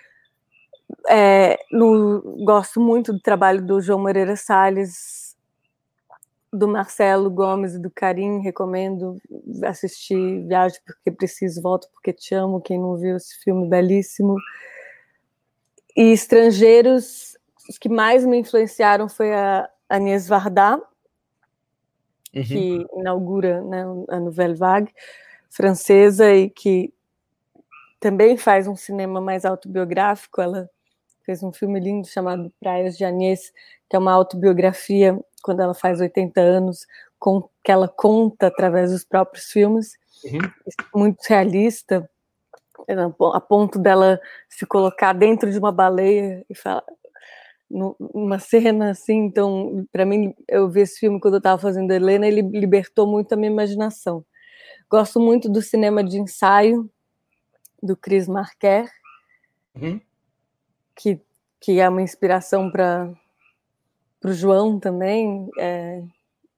É, no, gosto muito do trabalho do João Moreira Salles, do Marcelo Gomes e do Karim. Recomendo assistir Viagem Porque Preciso, Volto Porque Te Amo, quem não viu esse filme belíssimo. E estrangeiros, os que mais me influenciaram foi a Agnès Varda, uhum. que inaugura, né, a Nouvelle Vague francesa e que também faz um cinema mais autobiográfico. Ela fez um filme lindo chamado Praias de Agnès, que é uma autobiografia, quando ela faz oitenta anos, com, que ela conta através dos próprios filmes, uhum. muito realista, a ponto dela se colocar dentro de uma baleia e falar numa cena assim. Então, para mim, eu vi esse filme quando eu estava fazendo Helena, ele libertou muito a minha imaginação. Gosto muito do cinema de ensaio, do Chris Marker, uhum. que, que é uma inspiração para o João também. É,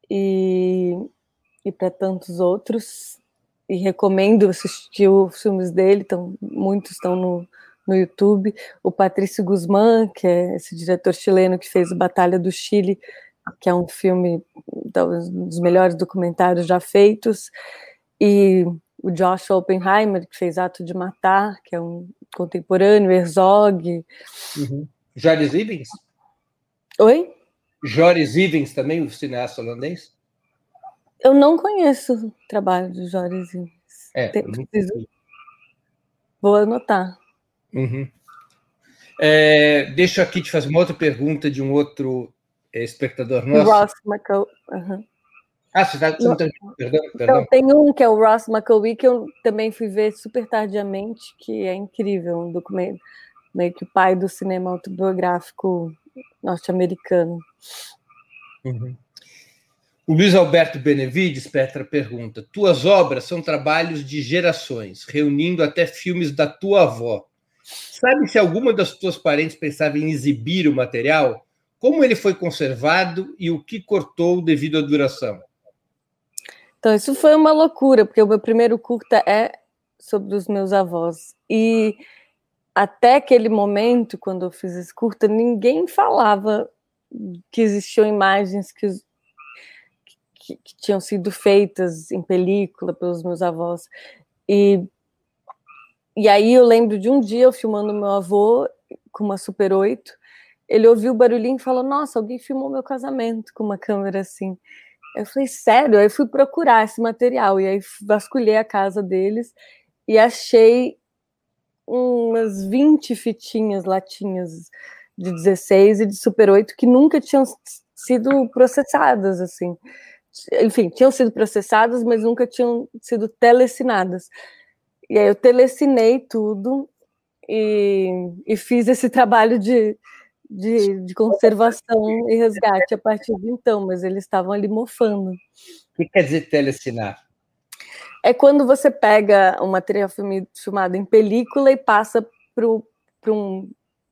e, e para tantos outros. E recomendo assistir os filmes dele, então, muitos estão no, no YouTube. O Patrício Guzmán, que é esse diretor chileno que fez Batalha do Chile, que é um filme, talvez um dos melhores documentários já feitos, e o Josh Oppenheimer, que fez Ato de Matar, que é um contemporâneo, Herzog.
Uhum. Joris Ivens?
Oi?
Joris Ivens também, o cineasta holandês?
Eu não conheço o trabalho de Joris Ivens.
É,
Tem,
muito...
preciso... Vou anotar.
Uhum. É, deixa eu aqui te fazer uma outra pergunta de um outro espectador nosso.
Ross McCaw... uhum.
Ah, você está... Não... Tá... Perdão, perdão.
Não, tem um que é o Ross McCaw, que eu também fui ver super tardiamente, que é incrível, um documento, meio que o pai do cinema autobiográfico norte-americano.
Uhum. O Luiz Alberto Benevides, Petra, pergunta: tuas obras são trabalhos de gerações, reunindo até filmes da tua avó. Sabe se alguma das tuas parentes pensava em exibir o material? Como ele foi conservado e o que cortou devido à duração?
Então, isso foi uma loucura, porque o meu primeiro curta é sobre os meus avós. E até aquele momento, quando eu fiz esse curta, ninguém falava que existiam imagens que, que, que tinham sido feitas em película pelos meus avós. E, e aí eu lembro de um dia eu filmando meu avô com uma Super oito, ele ouviu o barulhinho e falou: nossa, alguém filmou meu casamento com uma câmera assim. Eu falei: sério? Aí eu fui procurar esse material, e aí vasculhei a casa deles e achei umas vinte fitinhas, latinhas de dezesseis e de Super oito que nunca tinham sido processadas, assim. Enfim, tinham sido processadas, mas nunca tinham sido telecinadas. E aí eu telecinei tudo e, e fiz esse trabalho de, de, de conservação e resgate a partir de então, mas eles estavam ali mofando.
O que quer dizer telecinar?
É quando você pega um material filmado em película e passa para um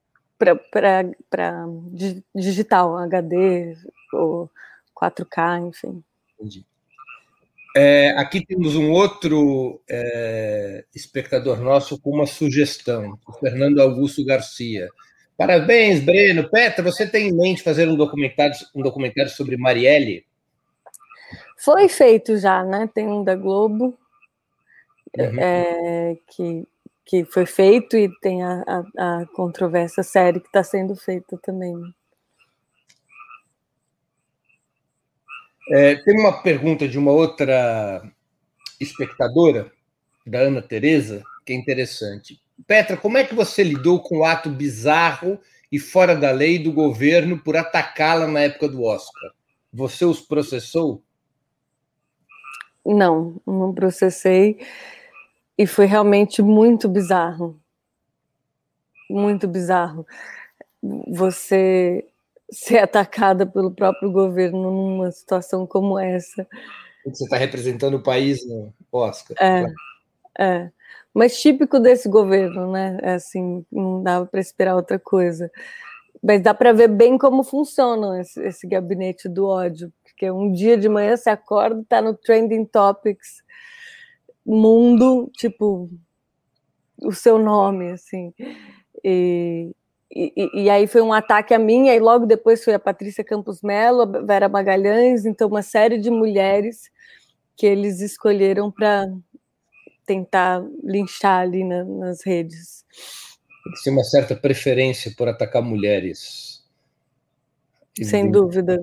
para digital, H D ou quatro K, enfim.
Entendi. É, aqui temos um outro é, espectador nosso com uma sugestão, o Fernando Augusto Garcia. Parabéns, Breno. Petra, você tem em mente fazer um documentário, um documentário sobre Marielle?
Foi feito já, né? Tem um da Globo, uhum. é, que, que foi feito, e tem a, a, a controvérsia série que está sendo feita também.
É, tem uma pergunta de uma outra espectadora, da Ana Tereza, que é interessante. Petra, como é que você lidou com o ato bizarro e fora da lei do governo por atacá-la na época do Oscar? Você os processou?
Não, não processei, e foi realmente muito bizarro. Muito bizarro. Você ser atacada pelo próprio governo numa situação como essa.
Você está representando o país no Oscar.
É, claro. é. Mas típico desse governo, né? Assim, não dava para esperar outra coisa. Mas dá para ver bem como funciona esse, esse gabinete do ódio, porque um dia de manhã você acorda, está no Trending Topics mundo, tipo, o seu nome, assim. E, e, e aí foi um ataque a mim, e logo depois foi a Patrícia Campos Mello, a Vera Magalhães, então uma série de mulheres que eles escolheram para tentar linchar ali na, nas redes.
Tem uma certa preferência por atacar mulheres.
Sem dúvida.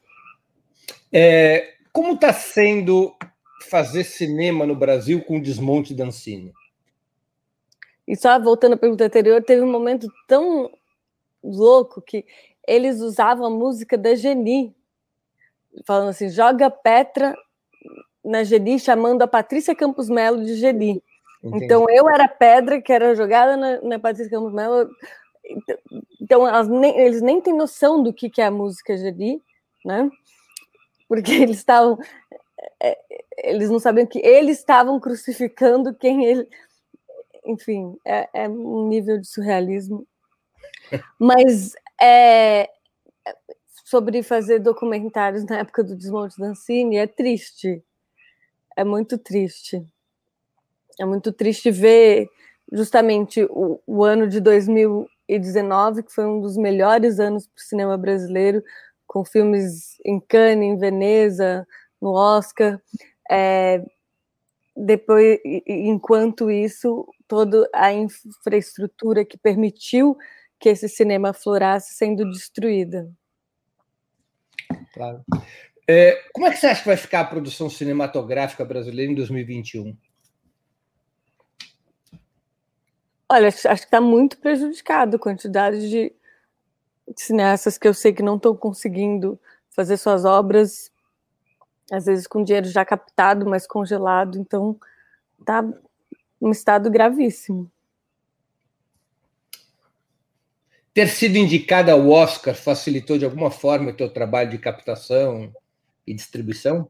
É, como está sendo fazer cinema no Brasil com o desmonte da Ancine?
E só voltando à pergunta anterior, teve um momento tão louco que eles usavam a música da Geni, falando assim: joga Petra na Geni, chamando a Patrícia Campos Mello de Geni. Entendi. Então eu era pedra que era jogada na, na Patrícia Campos Mello. Então elas nem, eles nem têm noção do que, que é a música Geni, né? Porque eles estavam, eles não sabiam que eles estavam crucificando quem ele. Enfim, é, é um nível de surrealismo. Mas é, sobre fazer documentários na época do desmonte da Ancine é triste. É muito triste. É muito triste ver justamente o, o ano de dois mil e dezenove, que foi um dos melhores anos para o cinema brasileiro, com filmes em Cannes, em Veneza, no Oscar. É, depois, enquanto isso, toda a infraestrutura que permitiu que esse cinema aflorasse sendo destruída.
Claro. É, como é que você acha que vai ficar a produção cinematográfica brasileira em dois mil e vinte e um?
Olha, acho que está muito prejudicado a quantidade de cineastas que eu sei que não estão conseguindo fazer suas obras, às vezes com dinheiro já captado, mas congelado, então está um estado gravíssimo.
Ter sido indicada ao Oscar facilitou de alguma forma o teu trabalho de captação e distribuição?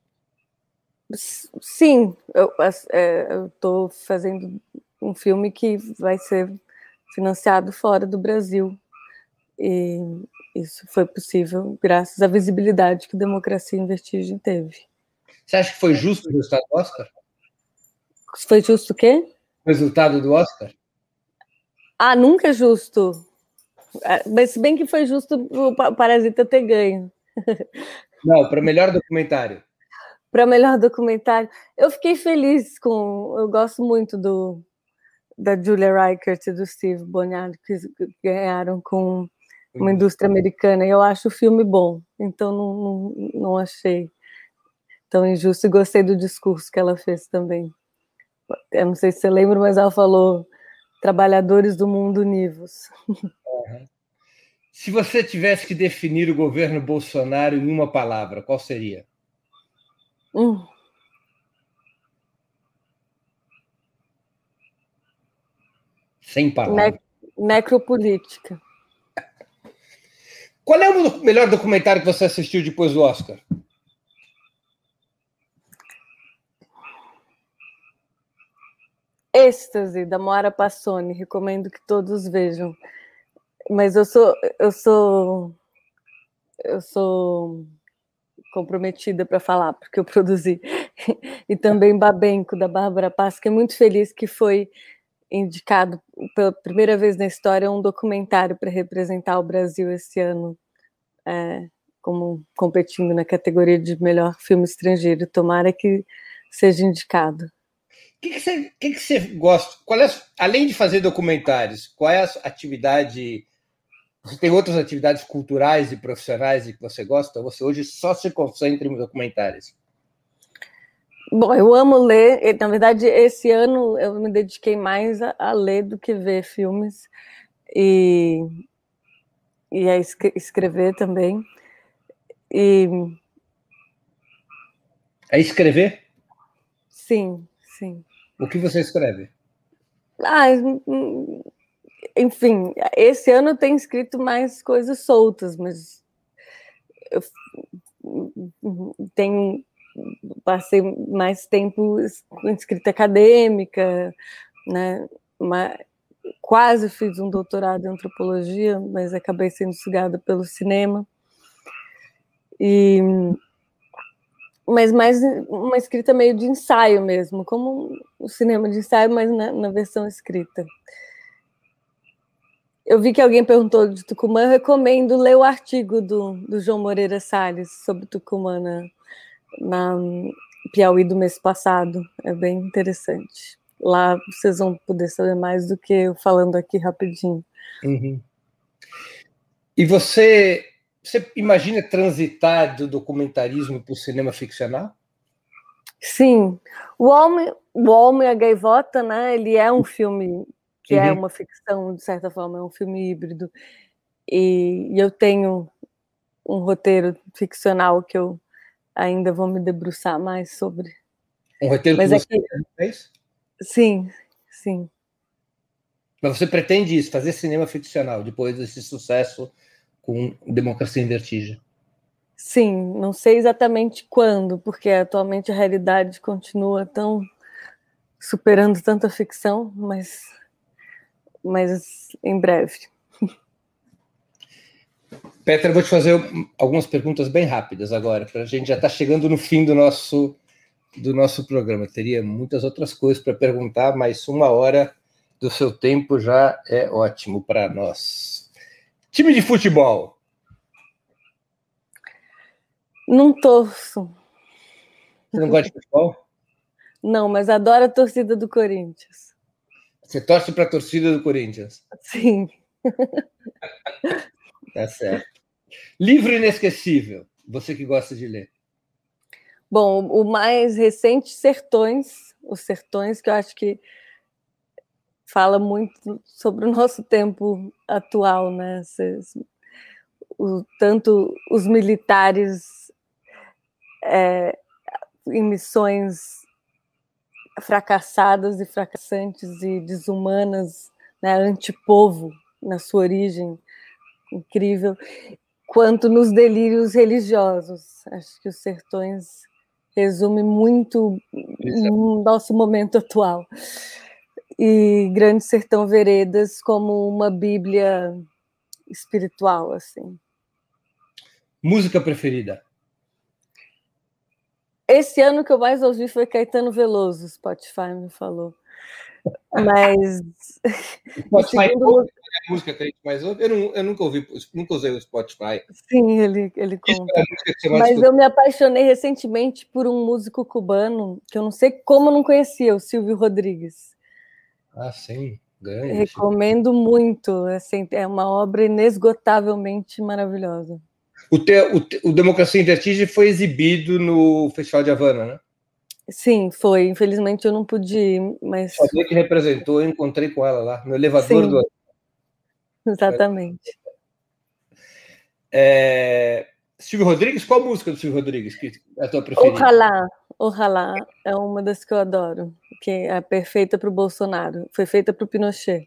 Sim, eu estou fazendo um filme que vai ser financiado fora do Brasil. E isso foi possível graças à visibilidade que Democracia em Vertigem teve.
Você acha que foi justo o resultado do Oscar?
Foi justo o quê?
O resultado do Oscar?
Ah, nunca é justo. Mas se bem que foi justo o Parasita ter ganho.
Não, para melhor documentário.
Para melhor documentário. Eu fiquei feliz com... Eu gosto muito do, da Julia Reichert e do Steve Bonnier, que ganharam com uma indústria americana. E eu acho o filme bom. Então não, não, não achei tão injusto. E gostei do discurso que ela fez também. Eu não sei se você lembra, mas ela falou trabalhadores do mundo univos.
Uhum. Se você tivesse que definir o governo Bolsonaro em uma palavra, qual seria?
Hum.
Sem palavras.
Ne necropolítica.
Qual é o melhor documentário que você assistiu depois do Oscar?
Êxtase, da Moara Passoni. Recomendo que todos vejam. Mas eu sou... Eu sou... Eu sou... comprometida para falar, porque eu produzi. E também Babenco, da Bárbara Paz, que é muito feliz que foi indicado pela primeira vez na história um documentário para representar o Brasil esse ano, é, como competindo na categoria de melhor filme estrangeiro. Tomara que seja indicado.
O que, que, você, que, que você gosta? Qual é, além de fazer documentários, qual é a atividade... Você tem outras atividades culturais e profissionais que você gosta? Ou você hoje só se concentra em documentários?
Bom, eu amo ler. Na verdade, esse ano eu me dediquei mais a, a ler do que ver filmes. E, e a escrever também. E...
A escrever?
Sim, sim.
O que você escreve?
Ah, enfim, esse ano eu tenho escrito mais coisas soltas, mas eu tenho, passei mais tempo com escrita acadêmica, né? Mas quase fiz um doutorado em antropologia, mas acabei sendo sugada pelo cinema. E, mas mais uma escrita meio de ensaio mesmo, como o cinema de ensaio, mas na, na versão escrita. Eu vi que alguém perguntou de Tucumã, eu recomendo ler o artigo do, do João Moreira Salles sobre Tucumã na, na Piauí do mês passado. É bem interessante. Lá vocês vão poder saber mais do que eu falando aqui rapidinho.
Uhum. E você, você imagina transitar do documentarismo para o cinema ficcional?
Sim. O Homem, o Homem e a Gaivota, né, ele é um filme... que uhum. é uma ficção, de certa forma, é um filme híbrido. E, e eu tenho um roteiro ficcional que eu ainda vou me debruçar mais sobre.
Um roteiro
Mas
que
é
você
que...
fez?
Sim, sim.
Mas você pretende isso, fazer cinema ficcional, depois desse sucesso com Democracia em Vertigem?
Sim, não sei exatamente quando, porque atualmente a realidade continua tão superando tanta ficção, mas... mas em breve.
Petra, eu vou te fazer algumas perguntas bem rápidas agora, para a gente já está chegando no fim do nosso, do nosso programa. Teria muitas outras coisas para perguntar, mas uma hora do seu tempo já é ótimo para nós. Time de futebol.
Não torço.
Você não gosta de futebol?
Não, mas adoro a torcida do Corinthians.
Você torce para a torcida do Corinthians?
Sim.
Tá certo. Livro inesquecível. Você que gosta de ler.
Bom, o mais recente, Sertões. Os Sertões, que eu acho que fala muito sobre o nosso tempo atual, né? O, tanto os militares é, em missões fracassadas e fracassantes e desumanas, né? Antipovo na sua origem incrível, quanto nos delírios religiosos. Acho que os Sertões resume muito o nosso momento atual. E Grande Sertão Veredas como uma bíblia espiritual, assim.
Música preferida?
Esse ano que eu mais ouvi foi Caetano Veloso, Spotify me falou. Mas...
Spotify segundo... é a música que a gente mais ouve? Eu, não, eu nunca ouvi, nunca usei o Spotify.
Sim, ele, ele conta. É Mas escuta. Eu me apaixonei recentemente por um músico cubano, que eu não sei como eu não conhecia, o Silvio Rodrigues.
Ah, sim. Grande.
Recomendo muito. Assim, é uma obra inesgotavelmente maravilhosa.
O, te, o, te, o Democracia em Vertigem foi exibido no Festival de Havana, né?
Sim, foi. Infelizmente eu não pude ir, mas...
Sabia que representou, eu encontrei com ela lá, no elevador. Sim, do...
Exatamente.
É... Silvio Rodrigues, qual música do Silvio Rodrigues que é a tua preferida?
Ojalá, Ojalá é uma das que eu adoro, que é perfeita para o Bolsonaro, foi feita para o Pinochet.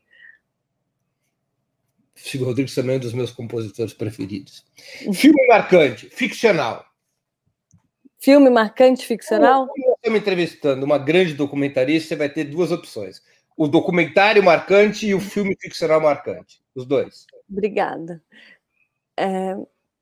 Silvio Rodrigues também é um dos meus compositores preferidos. Filme marcante, ficcional.
Filme marcante, ficcional?
Eu estou me entrevistando uma grande documentarista, você vai ter duas opções. O documentário marcante e o filme ficcional marcante. Os dois.
Obrigada. É...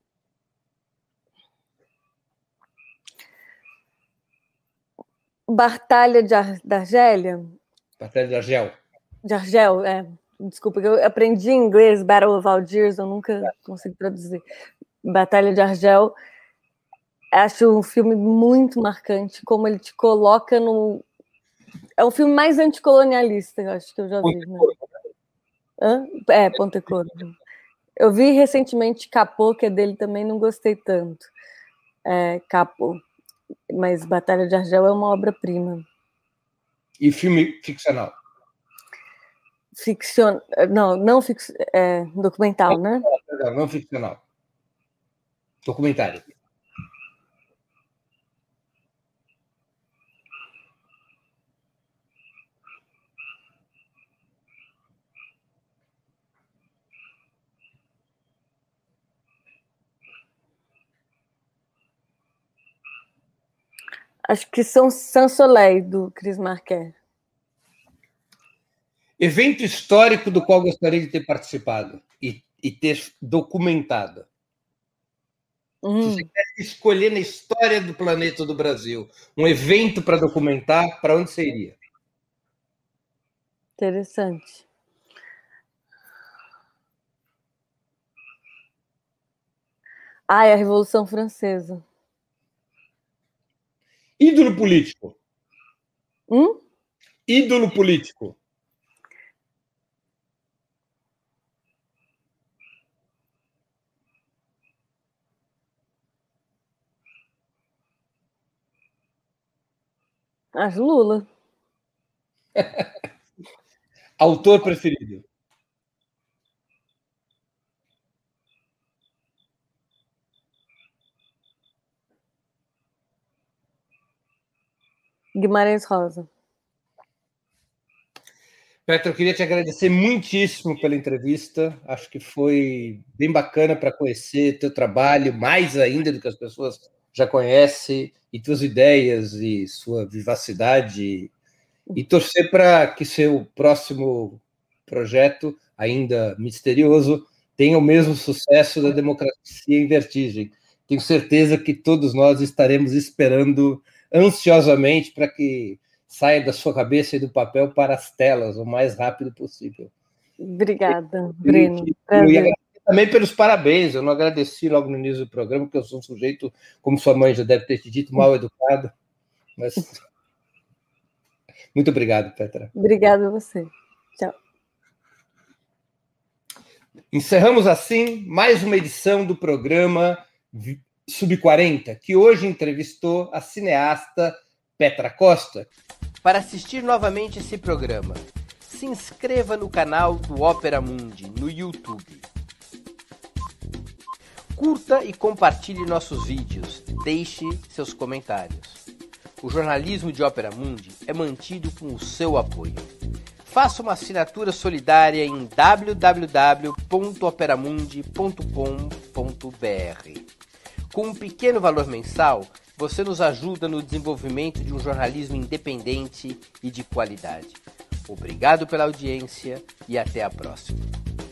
Batalha de Ar... da Argélia?
Batalha de Argel.
De Argel, é. Desculpa, eu aprendi em inglês Battle of Algiers, eu nunca consigo traduzir. Batalha de Argel. Acho um filme muito marcante, como ele te coloca no... É o filme mais anticolonialista, eu acho que eu já vi. Né? Hã? É, Pontecorvo. Eu vi recentemente Capô, que é dele também, não gostei tanto. É, Capô. Mas Batalha de Argel é uma obra-prima.
E filme ficcional?
Ficcion... Não, não fic... é, documental, né?
Não, não ficcional. Documentário.
Acho que são Sans Soleil, do Chris Marquet.
Evento histórico do qual gostaria de ter participado e, e ter documentado. Hum. Se você quer escolher na história do planeta do Brasil um evento para documentar, para onde você iria?
Interessante. Ah, é a Revolução Francesa.
Ídolo político.
Hum?
Ídolo político.
Acho Lula.
Autor preferido.
Guimarães Rosa.
Petra, eu queria te agradecer muitíssimo pela entrevista. Acho que foi bem bacana para conhecer teu trabalho, mais ainda do que as pessoas já conhecem, e tuas ideias e sua vivacidade. E torcer para que seu próximo projeto, ainda misterioso, tenha o mesmo sucesso da Democracia em Vertigem. Tenho certeza que todos nós estaremos esperando ansiosamente para que saia da sua cabeça e do papel para as telas o mais rápido possível.
Obrigada, Breno.
E, e, e também pelos parabéns. Eu não agradeci logo no início do programa, porque eu sou um sujeito, como sua mãe já deve ter te dito, mal educado. Mas... Muito obrigado, Petra.
Obrigada a você. Tchau.
Encerramos assim mais uma edição do programa Sub quarenta, que hoje entrevistou a cineasta Petra Costa. Para assistir novamente esse programa, se inscreva no canal do Ópera Mundi no YouTube. Curta e compartilhe nossos vídeos. Deixe seus comentários. O jornalismo de Ópera Mundi é mantido com o seu apoio. Faça uma assinatura solidária em w w w ponto operamundi ponto com ponto b r. Com um pequeno valor mensal, você nos ajuda no desenvolvimento de um jornalismo independente e de qualidade. Obrigado pela audiência e até a próxima.